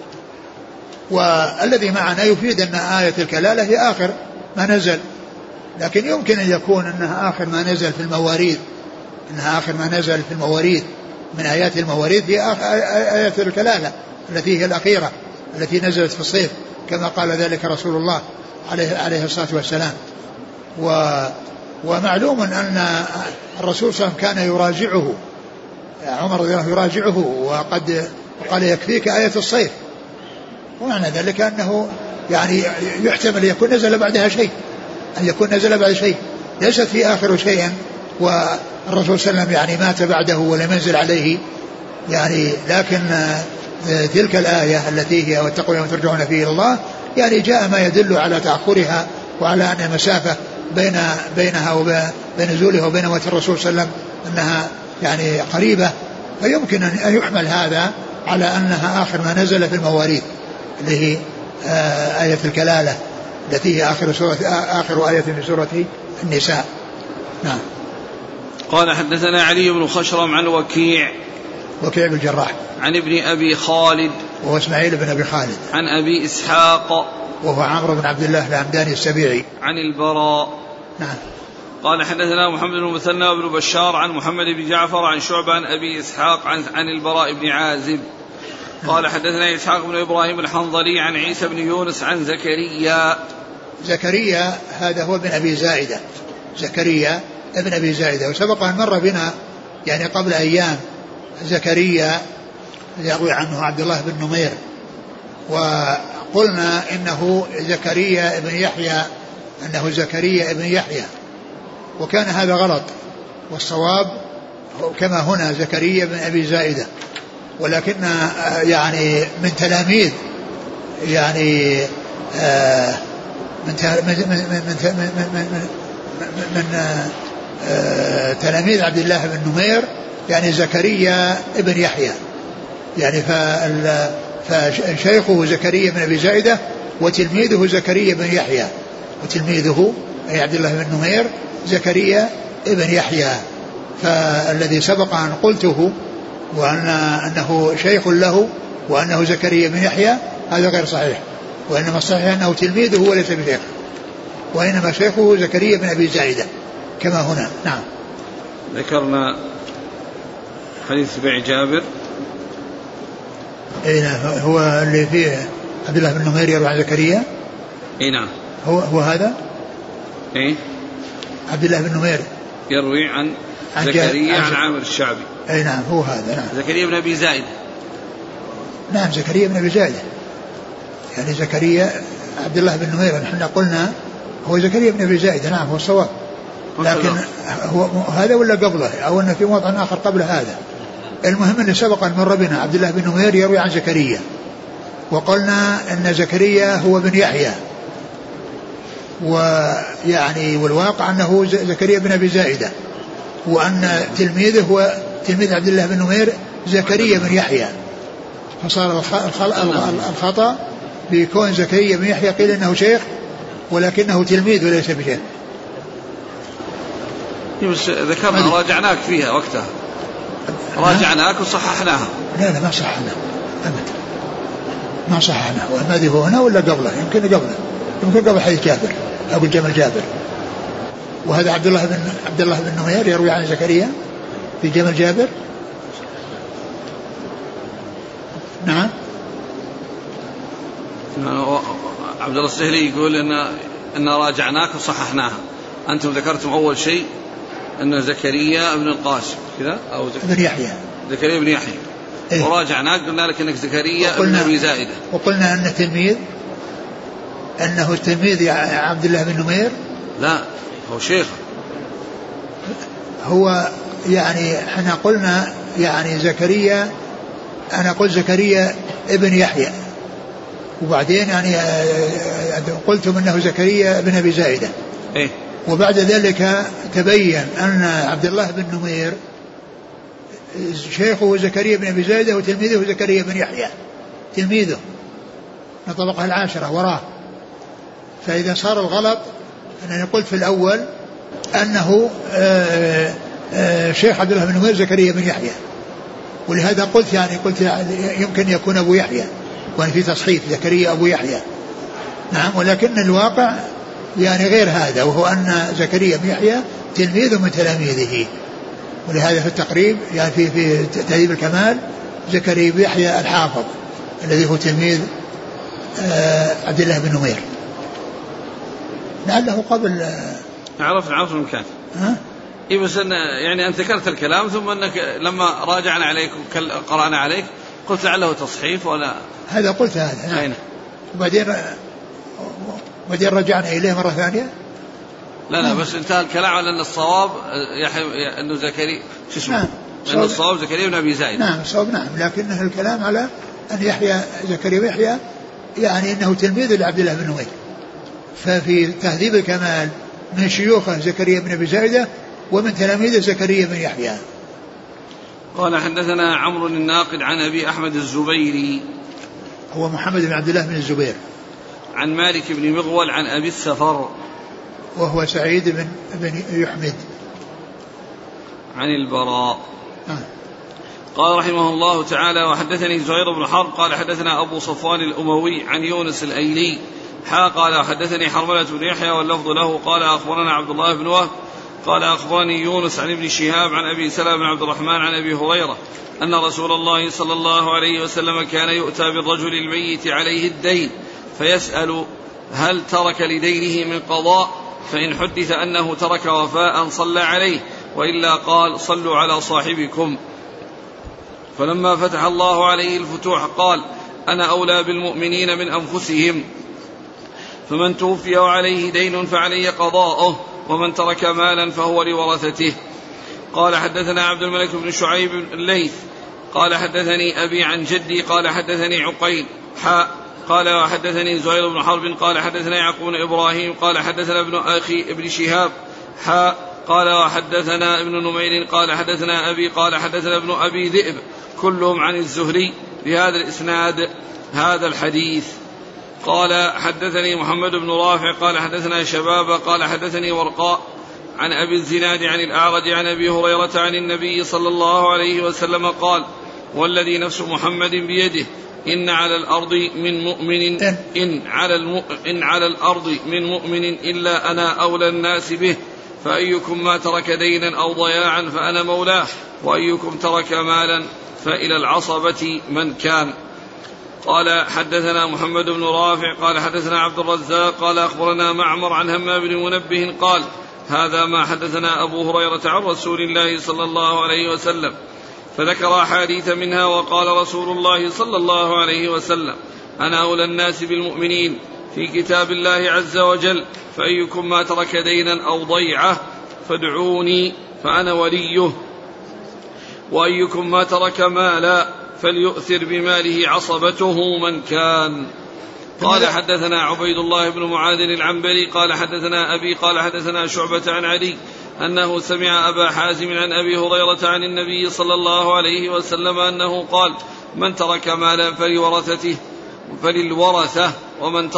والذي معنا يفيد أن آية الكلالة هي آخر ما نزل، لكن يمكن أن يكون أنها آخر ما نزل في المواريث، أنها آخر ما نزل في المواريث من آيات المواريث هي آية الكلالة التي هي الأخيرة التي نزلت في الصيف كما قال ذلك رسول الله عليه الصلاة والسلام. ومعلوم أن الرسول صلى الله عليه وسلم كان يراجعه عمر رضي الله عنه يراجعه وقد قال يكفيك آية الصيف، ومعنى ذلك أنه يعني يحتمل يكون نزل بعدها شيء، أن يكون نزل بعد شيء ليست في آخر شيئا والرسول صلى الله عليه وسلم يعني مات بعده ولم ينزل عليه يعني، لكن تلك الآية التي هي واتقوا يوم ترجعون فيه إلى الله يعني جاء ما يدل على تأخرها وعلى أن المسافة بينها وبين نزولها وبين موت الرسول صلى الله عليه وسلم أنها يعني قريبة، فيمكن أن يحمل هذا على أنها آخر ما نزل في المواريث اللي هي آية الكلالة التي هي آخر آية من سورة النساء. نعم. قال حدثنا علي بن خشرم عن وكيع بن الجراح عن ابن أبي خالد وهو إسماعيل بن أبي خالد عن أبي إسحاق وهو عمرو بن عبد الله العمداني السبيعي عن البراء. نعم. قال حدثنا محمد بن المثنى وابن بشار عن محمد بن جعفر عن شعبة عن أبي إسحاق عن البراء بن عازب قال حدثنا إسحاق بن إبراهيم الحنظلي عن عيسى بن يونس عن زكريا هذا هو بن أبي زائدة، زكريا ابن أبي زائدة، وسبق أن مر بنا يعني قبل أيام زكريا يروي عنه عبد الله بن نمير، وقلنا إنه زكريا ابن يحيى وكان هذا غلط، والصواب كما هنا زكريا بن أبي زائدة، ولكن يعني من تلاميذ يعني من تلاميذ عبد الله بن نمير يعني زكريا ابن يحيى يعني فشيخه زكريا بن أبي زائدة وتلميذه زكريا بن يحيى، وتلميذه أي عبد الله بن نمير زكريا ابن يحيى، فالذي سبق أن قلته وأنه شيخ له وأنه زكريا بن يحيى هذا غير صحيح، وإنما الصحيح أنه تلميذه وليس بشيخ، وإنما شيخه زكريا بن أبي زائدة كما هنا. نعم. ذكرنا حديث بيع جابر هو اللي فيه عبد الله بن نمير يروي عن زكريا. نعم. هو هذا عبد الله بن نمير يروي عن زكريا عن عامر الشعبي. نعم هو هذا. نعم. زكريا بن أبي زائدة. نعم زكريا بن أبي زائدة يعني زكريا عبد الله بن نمير نحن قلنا هو زكريا بن أبي زائدة. نعم هو الصواب، لكن هو هذا ولا قبله أو أنه في موضع آخر قبل هذا. المهم أن سبق أن مر بنا عبد الله بن نمير يروي عن زكريا، وقلنا أن زكريا هو بن يحيى، ويعني والواقع أنه زكريا بن أبي زائدة، وأن تلميذه هو تلميذ عبد الله بن نمير زكريا بن يحيى، فصار الخطأ بكون زكريا بن يحيى قيل إنه شيخ ولكنه تلميذ وليس بشيخ. بس ذكرنا راجعناك فيها وقتها، راجعناك وصححناها. لا ما صححنا أبدا، ما صححنا. وهذه هو هنا ولا قبله؟ يمكن قبل حديث جابر أبو الجمل جابر. وهذا عبد الله بن نمير يروي عن زكريا في جمل جابر. نعم. عبد الله السهلي يقول إن راجعناك وصححناها. أنتم ذكرتم أول شيء أن زكريا ابن القاسم كذا أو ابن يحيى، زكريا بن يحيى. وراجعناك قلنا لك أنك زكريا ابن أبي زائدة، وقلنا أنه التلميذ عبد الله بن نمير. لا هو شيخ، هو يعني احنا قلنا يعني زكريا، أنا قلت زكريا ابن يحيى، وبعدين يعني قلتم أنه زكريا بن أبي زائدة. وبعد ذلك تبين أن عبد الله بن نمير شيخه زكريا بن أبي زائدة وتلميذه زكريا بن يحيى، تلميذه من طبقة العاشرة وراه. فإذا صار الغلط أنني قلت في الأول أنه شيخ عبد الله بن نمير زكريا بن يحيى، ولهذا قلت يمكن يكون أبو يحيى، وأن في تصحيف زكريا أبو يحيى. نعم. ولكن الواقع يعني غير هذا، وهو أن زكريا بن يحيى تلميذ من تلاميذه. ولهذا في التقريب يعني في تهذيب الكمال زكريا بن يحيى الحافظ الذي هو تلميذ عبد الله بن نمير، لعله قبل عرف المكان. إيه بس يعني أنت ذكرت الكلام ثم أنك لما راجعنا عليك وقرأنا عليك قلت لعله تصحيف ولا هذا قلت هذا نعم. وبعدين رجعنا إليه مرة ثانية. لا بس انتهى الكلام على أن الصواب أنه زكريا شو اسمه نعم. أن الصواب زكريا بن أبي زايد. نعم الصواب نعم، لكنه الكلام على أن يحيى زكريا ويحيى يعني أنه تلميذ لعبد الله بن نمير، ففي تهذيب الكمال من شيوخه زكريا بن أبي زايدة ومن تلاميذ زكريا بن يحيى. قال حدثنا عمرو الناقد عن أبي أحمد الزبيري هو محمد بن عبد الله بن الزبير عن مالك بن مغول عن أبي السفر وهو سعيد بن يحمد عن البراء. قال رحمه الله تعالى وحدثني زهير بن حرب قال حدثنا أبو صفوان الأموي عن يونس الأيلي قال حدثني حرملة بن يحيى واللفظ له قال أخبرنا عبد الله بن وهب قال أخبرني يونس عن ابن شهاب عن أبي سلمة بن عبد الرحمن عن أبي هريرة أن رسول الله صلى الله عليه وسلم كان يؤتى بالرجل الميت عليه الدين فيسأل هل ترك لدينه من قضاء، فإن حدث أنه ترك وفاء صلى عليه وإلا قال صلوا على صاحبكم. فلما فتح الله عليه الفتوح قال أنا أولى بالمؤمنين من أنفسهم، فمن توفي وعليه دين فعلي قضاؤه ومن ترك مالا فهو لورثته. قال حدثنا عبد الملك بن شعيب الليث قال حدثني أبي عن جدي قال حدثني عقيل قال وحدثني زهير بن حرب قال حدثنا يعقوب بن إبراهيم قال حدثنا ابن أخي ابن شهاب قال وحدثنا ابن نمير قال حدثنا أبي قال حدثنا ابن أبي ذئب كلهم عن الزهري بهذا الإسناد هذا الحديث. قال حدثني محمد بن رافع قال حدثنا شباب قال حدثني ورقاء عن أبي الزناد عن الأعرج عن أبي هريرة عن النبي صلى الله عليه وسلم قال والذي نفس محمد بيده إن على الأرض من مؤمن إلا أنا أولى الناس به، فأيكم ما ترك دينا أو ضياعا فأنا مولاه، وأيكم ترك مالا فإلى العصبة من كان. قال حدثنا محمد بن رافع قال حدثنا عبد الرزاق قال أخبرنا معمر عن همام بن منبه قال هذا ما حدثنا أبو هريرة عن رسول الله صلى الله عليه وسلم، فذكر أحاديث منها وقال رسول الله صلى الله عليه وسلم أنا أولى الناس بالمؤمنين في كتاب الله عز وجل، فأيكم ما ترك دينا أو ضيعه فادعوني فأنا وليه، وأيكم ما ترك مالا فليؤثر بماله عصبته من كان. قال حدثنا عبيد الله بن معاذ العنبري قال حدثنا أبي قال حدثنا شعبة عن علي أنه سمع أبا حازم عن أبي هريرة عن النبي صلى الله عليه وسلم أنه قال من ترك مالا فللورثة ومن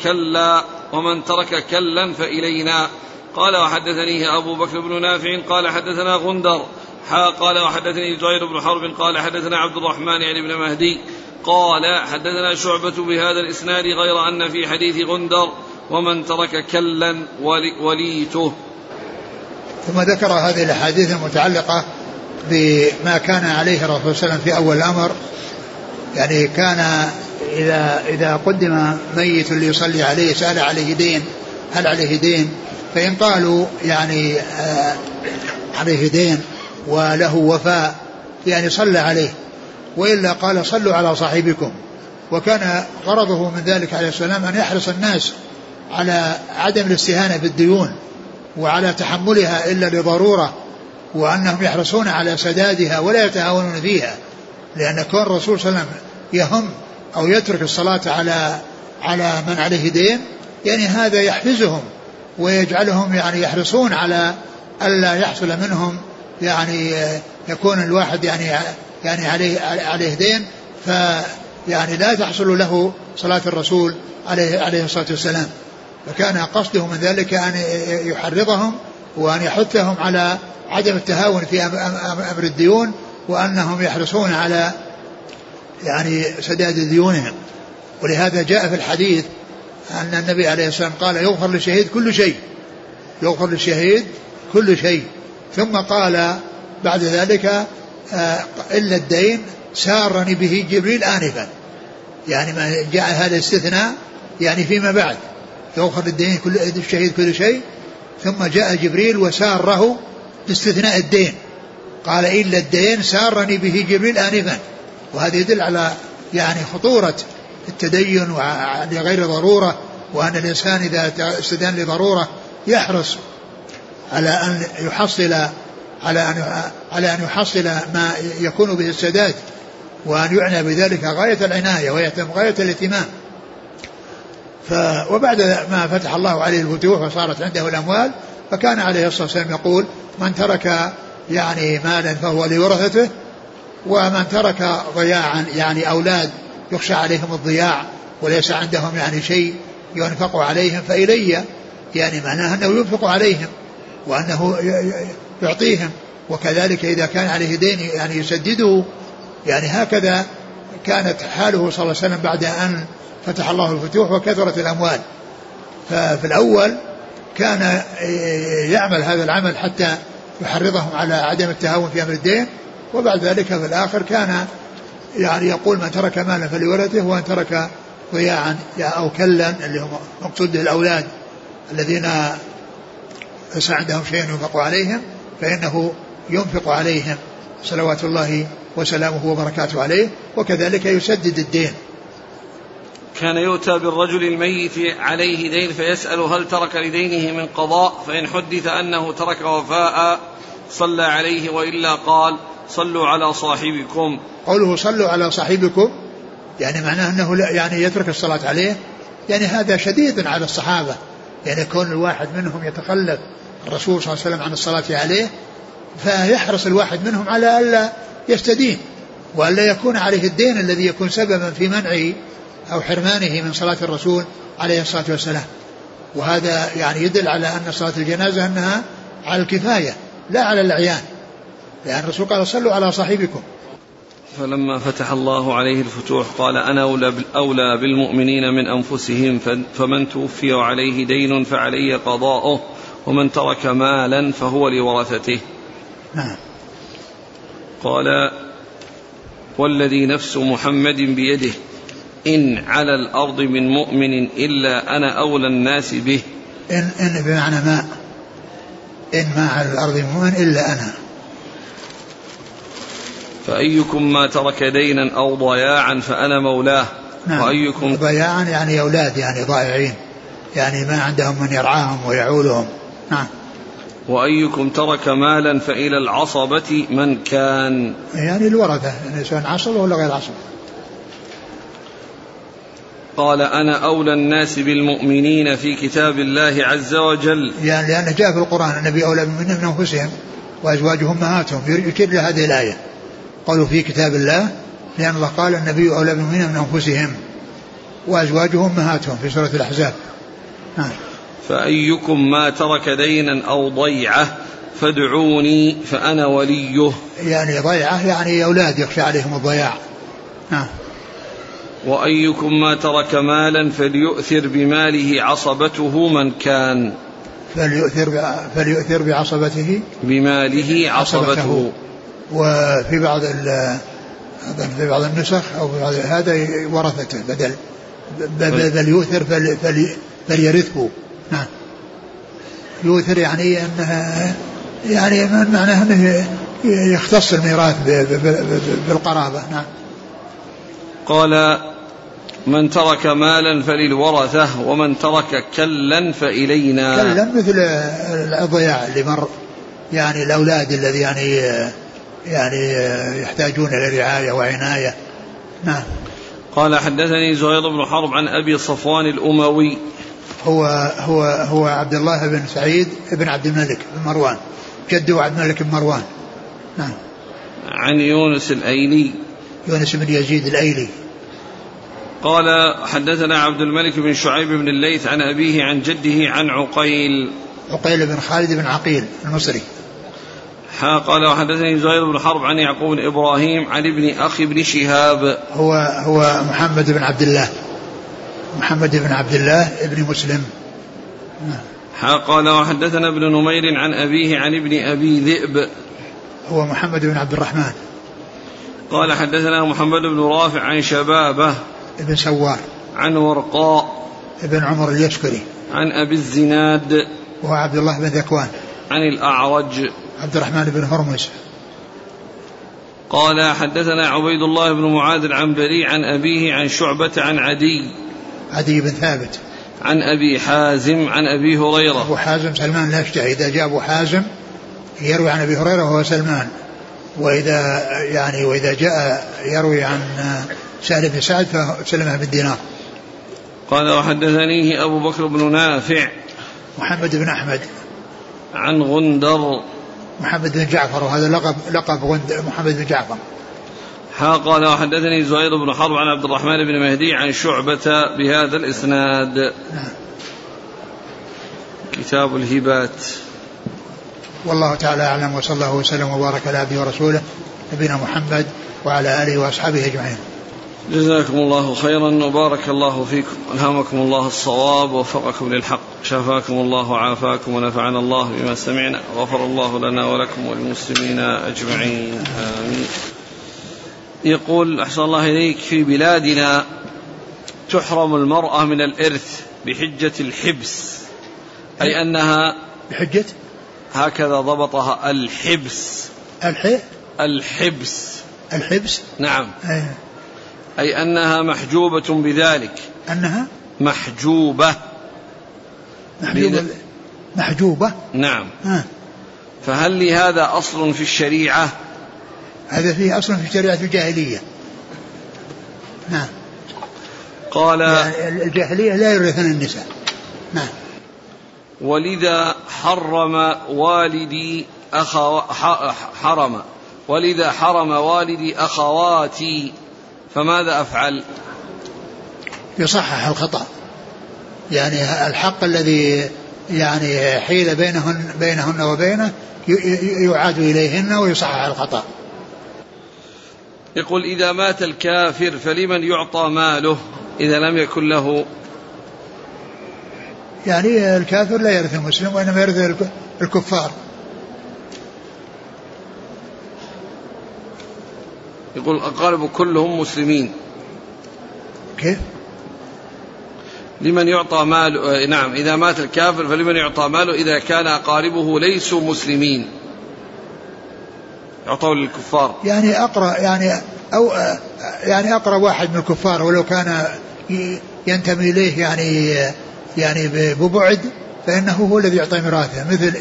ترك كلا فإلينا. قال وحدثنيه أبو بكر بن نافع قال حدثنا غندر قال وحدثني زهير بن حرب قال حدثنا عبد الرحمن يعني بن مهدي قال حدثنا شعبة بهذا الإسناد غير أن في حديث غندر ومن ترك كلا وليته. ثم ذكر هذه الأحاديث المتعلقة بما كان عليه الرسول صلى الله عليه وسلم في أول الأمر، يعني كان إذا قدم ميت ليصلي عليه سأل عليه دين هل عليه دين، فإن قالوا يعني عليه دين وله وفاء يعني صلى عليه، وإلا قال صلوا على صاحبكم. وكان غرضه من ذلك عليه السلام أن يحرص الناس على عدم الاستهانة بالديون وعلى تحملها إلا لضرورة، وأنهم يحرصون على سدادها ولا يتهاونون فيها، لأن كون الرسول صلى الله عليه وسلم يهم أو يترك الصلاة على من عليه دين يعني هذا يحفزهم ويجعلهم يعني يحرصون على ألا يحصل منهم يعني يكون الواحد يعني عليه دين فيعني لا تحصل له صلاة الرسول عليه الصلاة والسلام. فكان قصده من ذلك أن يحرضهم وأن يحثهم على عدم التهاون في أمر الديون، وأنهم يحرصون على يعني سداد ديونهم. ولهذا جاء في الحديث أن النبي عليه الصلاة والسلام قال يغفر للشهيد كل شيء، يغفر للشهيد كل شيء. ثم قال بعد ذلك إلا الدين سارني به جبريل آنفا، يعني ما جاء هذا استثناء يعني فيما بعد يغفر للدين الشهيد كل شيء، ثم جاء جبريل وساره باستثناء الدين. قال إلا الدين سارني به جبريل آنفا. وهذا يدل على يعني خطورة التدين لغير ضرورة، وأن الإنسان إذا استدان لضرورة يحرص على أن يحصل ما يكون به السداد، وأن يعنى بذلك غاية العناية ويهتم غاية الاهتمام. وبعد ما فتح الله عليه الفتوح وصارت عنده الأموال، فكان عليه الصلاة والسلام يقول: من ترك يعني مالا فهو لورثته، ومن ترك ضياعا يعني أولاد يخشى عليهم الضياع وليس عندهم يعني شيء ينفق عليهم فإلي، يعني معناه أنه ينفق عليهم وأنه يعطيهم. وكذلك إذا كان عليه دين يعني يسدده. يعني هكذا كانت حاله صلى الله عليه وسلم بعد أن فتح الله الفتوح وكثرت الأموال. ففي الأول كان يعمل هذا العمل حتى يحرضهم على عدم التهاون في أمر الدين، وبعد ذلك في الآخر كان يعني يقول: من ترك مالا فلورثته، ومن ترك ضياعا أو كلا اللي هم مقصود به الأولاد الذين ليس عندهم شيء ينفق عليهم فإنه ينفق عليهم صلوات الله وسلامه وبركاته عليه، وكذلك يسدد الدين. كان يؤتى بالرجل الميت عليه دين فيسأل: هل ترك لدينه من قضاء؟ فإن حدث أنه ترك وفاء صلى عليه، وإلا قال: صلوا على صاحبكم. قوله صلوا على صاحبكم يعني معناه أنه يعني يترك الصلاة عليه، يعني هذا شديد على الصحابة، يعني كون الواحد منهم يتخلف الرسول صلى الله عليه وسلم عن الصلاة عليه، فيحرص الواحد منهم على ألا يستدين وألا يكون عليه الدين الذي يكون سببا في منعه أو حرمانه من صلاة الرسول عليه الصلاة والسلام. وهذا يعني يدل على أن صلاة الجنازة أنها على الكفاية لا على العيان، لأن الرسول قال: صلوا على صاحبكم. فلما فتح الله عليه الفتوح قال: أنا أولى بالمؤمنين من أنفسهم، فمن توفي وعليه دين فعلي قضاؤه، ومن ترك مالا فهو لورثته. نعم. قال: والذي نفس محمد بيده إن على الأرض من مؤمن إلا أنا أولى الناس به. إن بمعنى ما، إن ما على الأرض من مؤمن إلا أنا. فأيكم ما ترك دينا أو ضياعا فأنا مولاه. نعم. وأيكم ضياعا يعني أولاد يعني ضائعين، يعني ما عندهم من يرعاهم ويعولهم. نعم. وأيكم ترك مالا فإلى العصبة من كان، يعني الورثة، يعني سواء عصبة ولا غير عصبة. قال: أنا أولى الناس بالمؤمنين في كتاب الله عز وجل، يعني لأنه جاء في القرآن: النبي أولى بالمؤمنين من أنفسهم وأزواجهم أمهاتهم، يشير إلى هذه الآية قالوا في كتاب الله، لأن الله قال: النبي أولى بالمؤمنين من أنفسهم وأزواجهم أمهاتهم في سورة الأحزاب. فأيكم ما ترك دينا أو ضيعة فادعوني فأنا وليه. يعني ضيعة يعني أولاد يخشى عليهم الضياع. وأيكم ما ترك مالا فليؤثر بماله عصبته من كان، فليؤثر بعصبته بماله عصبته. وفي بعض النسخ أو في بعض هذا ورثته بدل يؤثر فليرثه. نعم. يؤثر يعني أنها يعني معناه أنه يختص الميراث بالقرابة. نعم. قال: من ترك مالا فللورثة، ومن ترك كلا فإلينا. كلا مثل الضياع اللي مر، يعني الأولاد الذي يعني يحتاجون إلى رعاية وعناية. نعم. قال: حدثني زهير بن حرب عن أبي صفوان الأموي، هو عبد الله بن سعيد بن عبد الملك بن مروان، جده عبد الملك بن مروان. نعم. عن يونس الأيلي، يونس بن يزيد الأيلي. قال: حدثنا عبد الملك بن شعيب بن الليث عن أبيه عن جده عن عقيل بن خالد بن عقيل المصري. قال: وحدثني زهير بن حرب عن يعقوب بن إبراهيم عن ابن أخي بن شهاب، هو محمد بن عبد الله ابن مسلم. قال: وحدثنا ابن نمير عن أبيه عن ابن أبي ذئب، هو محمد بن عبد الرحمن. قال: حدثنا محمد بن رافع عن شبابه ابن سوار عن ورقاء ابن عمر اليشكري عن أبي الزناد وهو عبد الله بن ذكوان عن الأعرج عبد الرحمن بن هرمز. قال حدثنا عبيد الله بن معاذ العنبري عن أبيه عن شعبة عن عدي بن ثابت عن أبي حازم عن أبي هريرة. أبو حازم سلمان الأشجعي، إذا جاء أبو حازم يروي عن أبي هريرة وهو سلمان، وإذا جاء يروي عن سهل بن سعد فسلمة بن دينار. قال وحدثنيه أبو بكر بن نافع محمد بن أحمد عن غندر محمد بن جعفر، وهذا لقب غندر محمد بن جعفر. قال وحدثني زهير بن حرب عن عبد الرحمن بن مهدي عن شعبة بهذا الإسناد. كتاب الهبات. والله تعالى أعلم، وصلى الله وسلم وبارك على عبده ورسوله نبينا محمد وعلى آله وأصحابه أجمعين. جزاكم الله خيرا وبارك الله فيكم، ألهمكم الله الصواب ووفقكم للحق، شفاكم الله وعافاكم ونفعنا الله بما سمعنا، وغفر الله لنا ولكم وللمسلمين أجمعين آمين. يقول أحسن الله إليك: في بلادنا تحرم المرأة من الإرث بحجة الحبس، أي أنها بحجة، هكذا ضبطها، الحبس. الحبس نعم. أي أنها محجوبة بذلك، أنها محجوبة نعم. فهل لهذا أصل في الشريعة؟ هذا فيه أصل في الشريعة الجاهلية. نعم. قال يعني الجاهلية لا يورثن النساء. نعم. ولذا حرم والدي أخواتي، فماذا أفعل؟ يصحح الخطأ، يعني الحق الذي يعني حيل بينهن وبينه يعاد إليهن ويصحح الخطأ. يقول: إذا مات الكافر فلمن يعطى ماله إذا لم يكن له؟ يعني الكافر لا يرث المسلم وإنما يرث الكفار. يقول: أقارب كلهم مسلمين. كيف؟ لمن يعطى ماله؟ نعم، إذا مات الكافر فلمن يعطى ماله إذا كان أقاربه ليسوا مسلمين، يعطوا للكفار. يعني أقرب واحد من الكفار ولو كان ينتمي إليه يعني ببعد، فإنه هو الذي يعطي ميراثه، مثل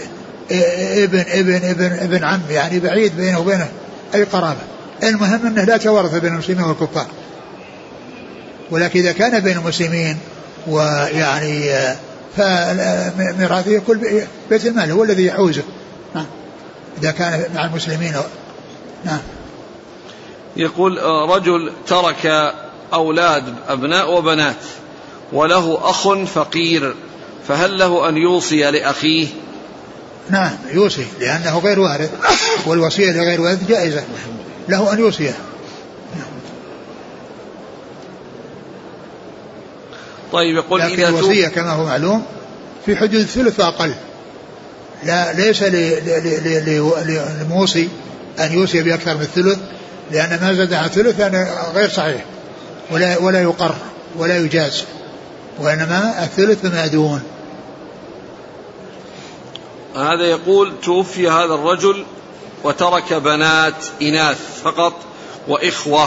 ابن عم، يعني بعيد بينه وبينه أي قرابة. المهم أنه لا تورث بين المسلمين والكفار. ولكن إذا كان بين المسلمين ويعني فميراثه يكون بيت المال هو الذي يحوزه. نعم. إذا كان مع المسلمين. نعم. يقول: رجل ترك أولاد أبناء وبنات وله أخ فقير، فهل له أن يوصي لأخيه؟ نعم يوصي، لأنه غير وارث، والوصية لغير وارث جائزة، له أن يوصيه. طيب. يقول: لكن الوصية كما هو معلوم في حدود الثلث فأقل، ليس للموصي أن يوصي بأكثر من الثلث، لأن ما زاد عن الثلث غير صحيح ولا يقر ولا يجاز، وإنما الثلث فما دون. هذا يقول: توفي هذا الرجل وترك بنات إناث فقط وإخوة،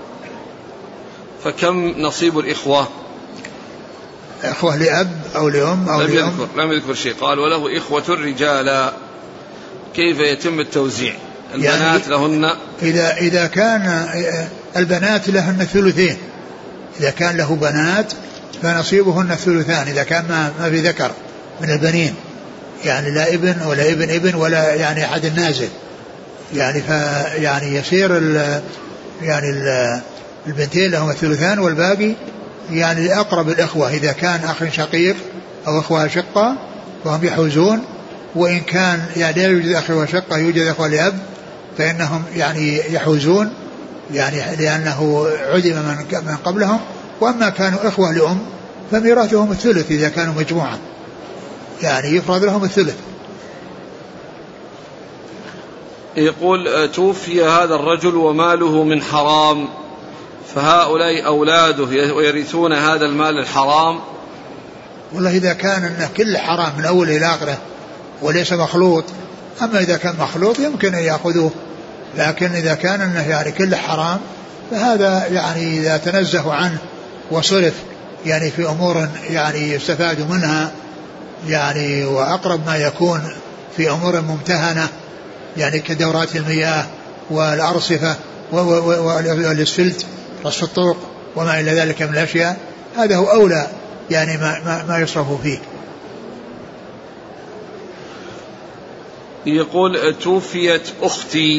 فكم نصيب الإخوة؟ إخوة لأب أو لأم أو لأم؟ لم يذكر شيء. قال: وله إخوة رجالا، كيف يتم التوزيع؟ البنات يعني لهن، إذا كان البنات لهن الثلثين، إذا كان له بنات فنصيبهن الثلثان، إذا كان ما في ذكر من البنين، يعني لا ابن ولا ابن ولا يعني أحد النازل، يعني يعني يصير البنتين لهم الثلثان، والباقي يعني لأقرب الإخوة، إذا كان أخ شقيق أو أخوة شقة فهم يحوزون، وإن كان يعني لا يوجد أخوة شقة يوجد أخوة لأب فإنهم يعني يحوزون، يعني لأنه عدم من قبلهم. وأما كانوا إخوة لأم فميراثهم الثلث إذا كانوا مجموعة، يعني يفرض لهم الثلث. يقول: توفي هذا الرجل وماله من حرام، فهؤلاء أولاده ويرثون هذا المال الحرام؟ والله إذا كان إنه كل حرام من أول إلى آخره وليس مخلوط أما إذا كان مخلوط يمكن أن يأخذوه، لكن إذا كان أنه يعني كله حرام فهذا يعني إذا تنزه عنه وصرف يعني في أمور يعني يستفاد منها يعني وأقرب ما يكون في أمور ممتهنة يعني كدورات المياه والأرصفة والاسفلت رصف الطرق وما إلى ذلك من الأشياء، هذا هو أولى يعني ما يصرف فيه. يقول توفيت أختي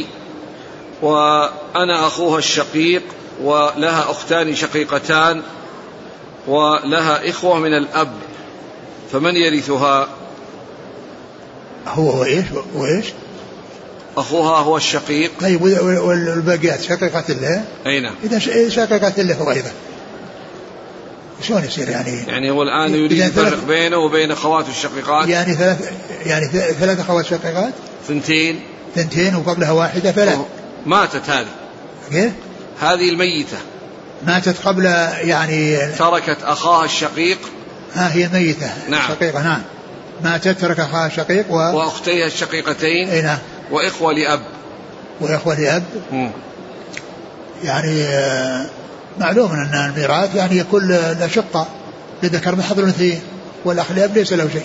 وأنا أخوها الشقيق ولها أختان شقيقتان ولها إخوة من الأب، فمن يرثها؟ هو وإيش أخوها هو الشقيق. طيب والباقيات شقيقة له؟ أي نعم. إذا شقيقة له هو أيضا شلون يصير يعني هو الآن يريد يفرق بينه وبين أخواته الشقيقات، يعني ثلاث أخوات شقيقات، ثنتين وقبلها واحدة فلا ماتت هذه. كيف؟ هذه الميتة ماتت قبل يعني تركت أخاها الشقيق. هي ميتة. نعم. شقيقة. نعم. ماتت ترك أخاها الشقيق وأختيها الشقيقتين. أي نعم. وإخوة لأب. يعني معلوم أن الميراث يعني يكون الأشقة لذكر من حظ الأنثيين والأخ لأب ليس له شيء.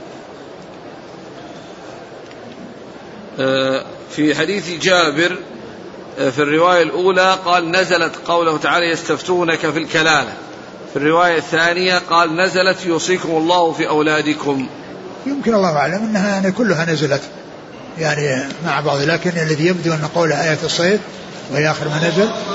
في حديث جابر في الرواية الأولى قال نزلت قوله تعالى يستفتونك في الكلالة، في الرواية الثانية قال نزلت يوصيكم الله في أولادكم. يمكن الله أعلم أنها يعني كلها نزلت يعني مع بعض، لكن الذي يبدو أن قولها آية الصيف وهي آخر ما نزل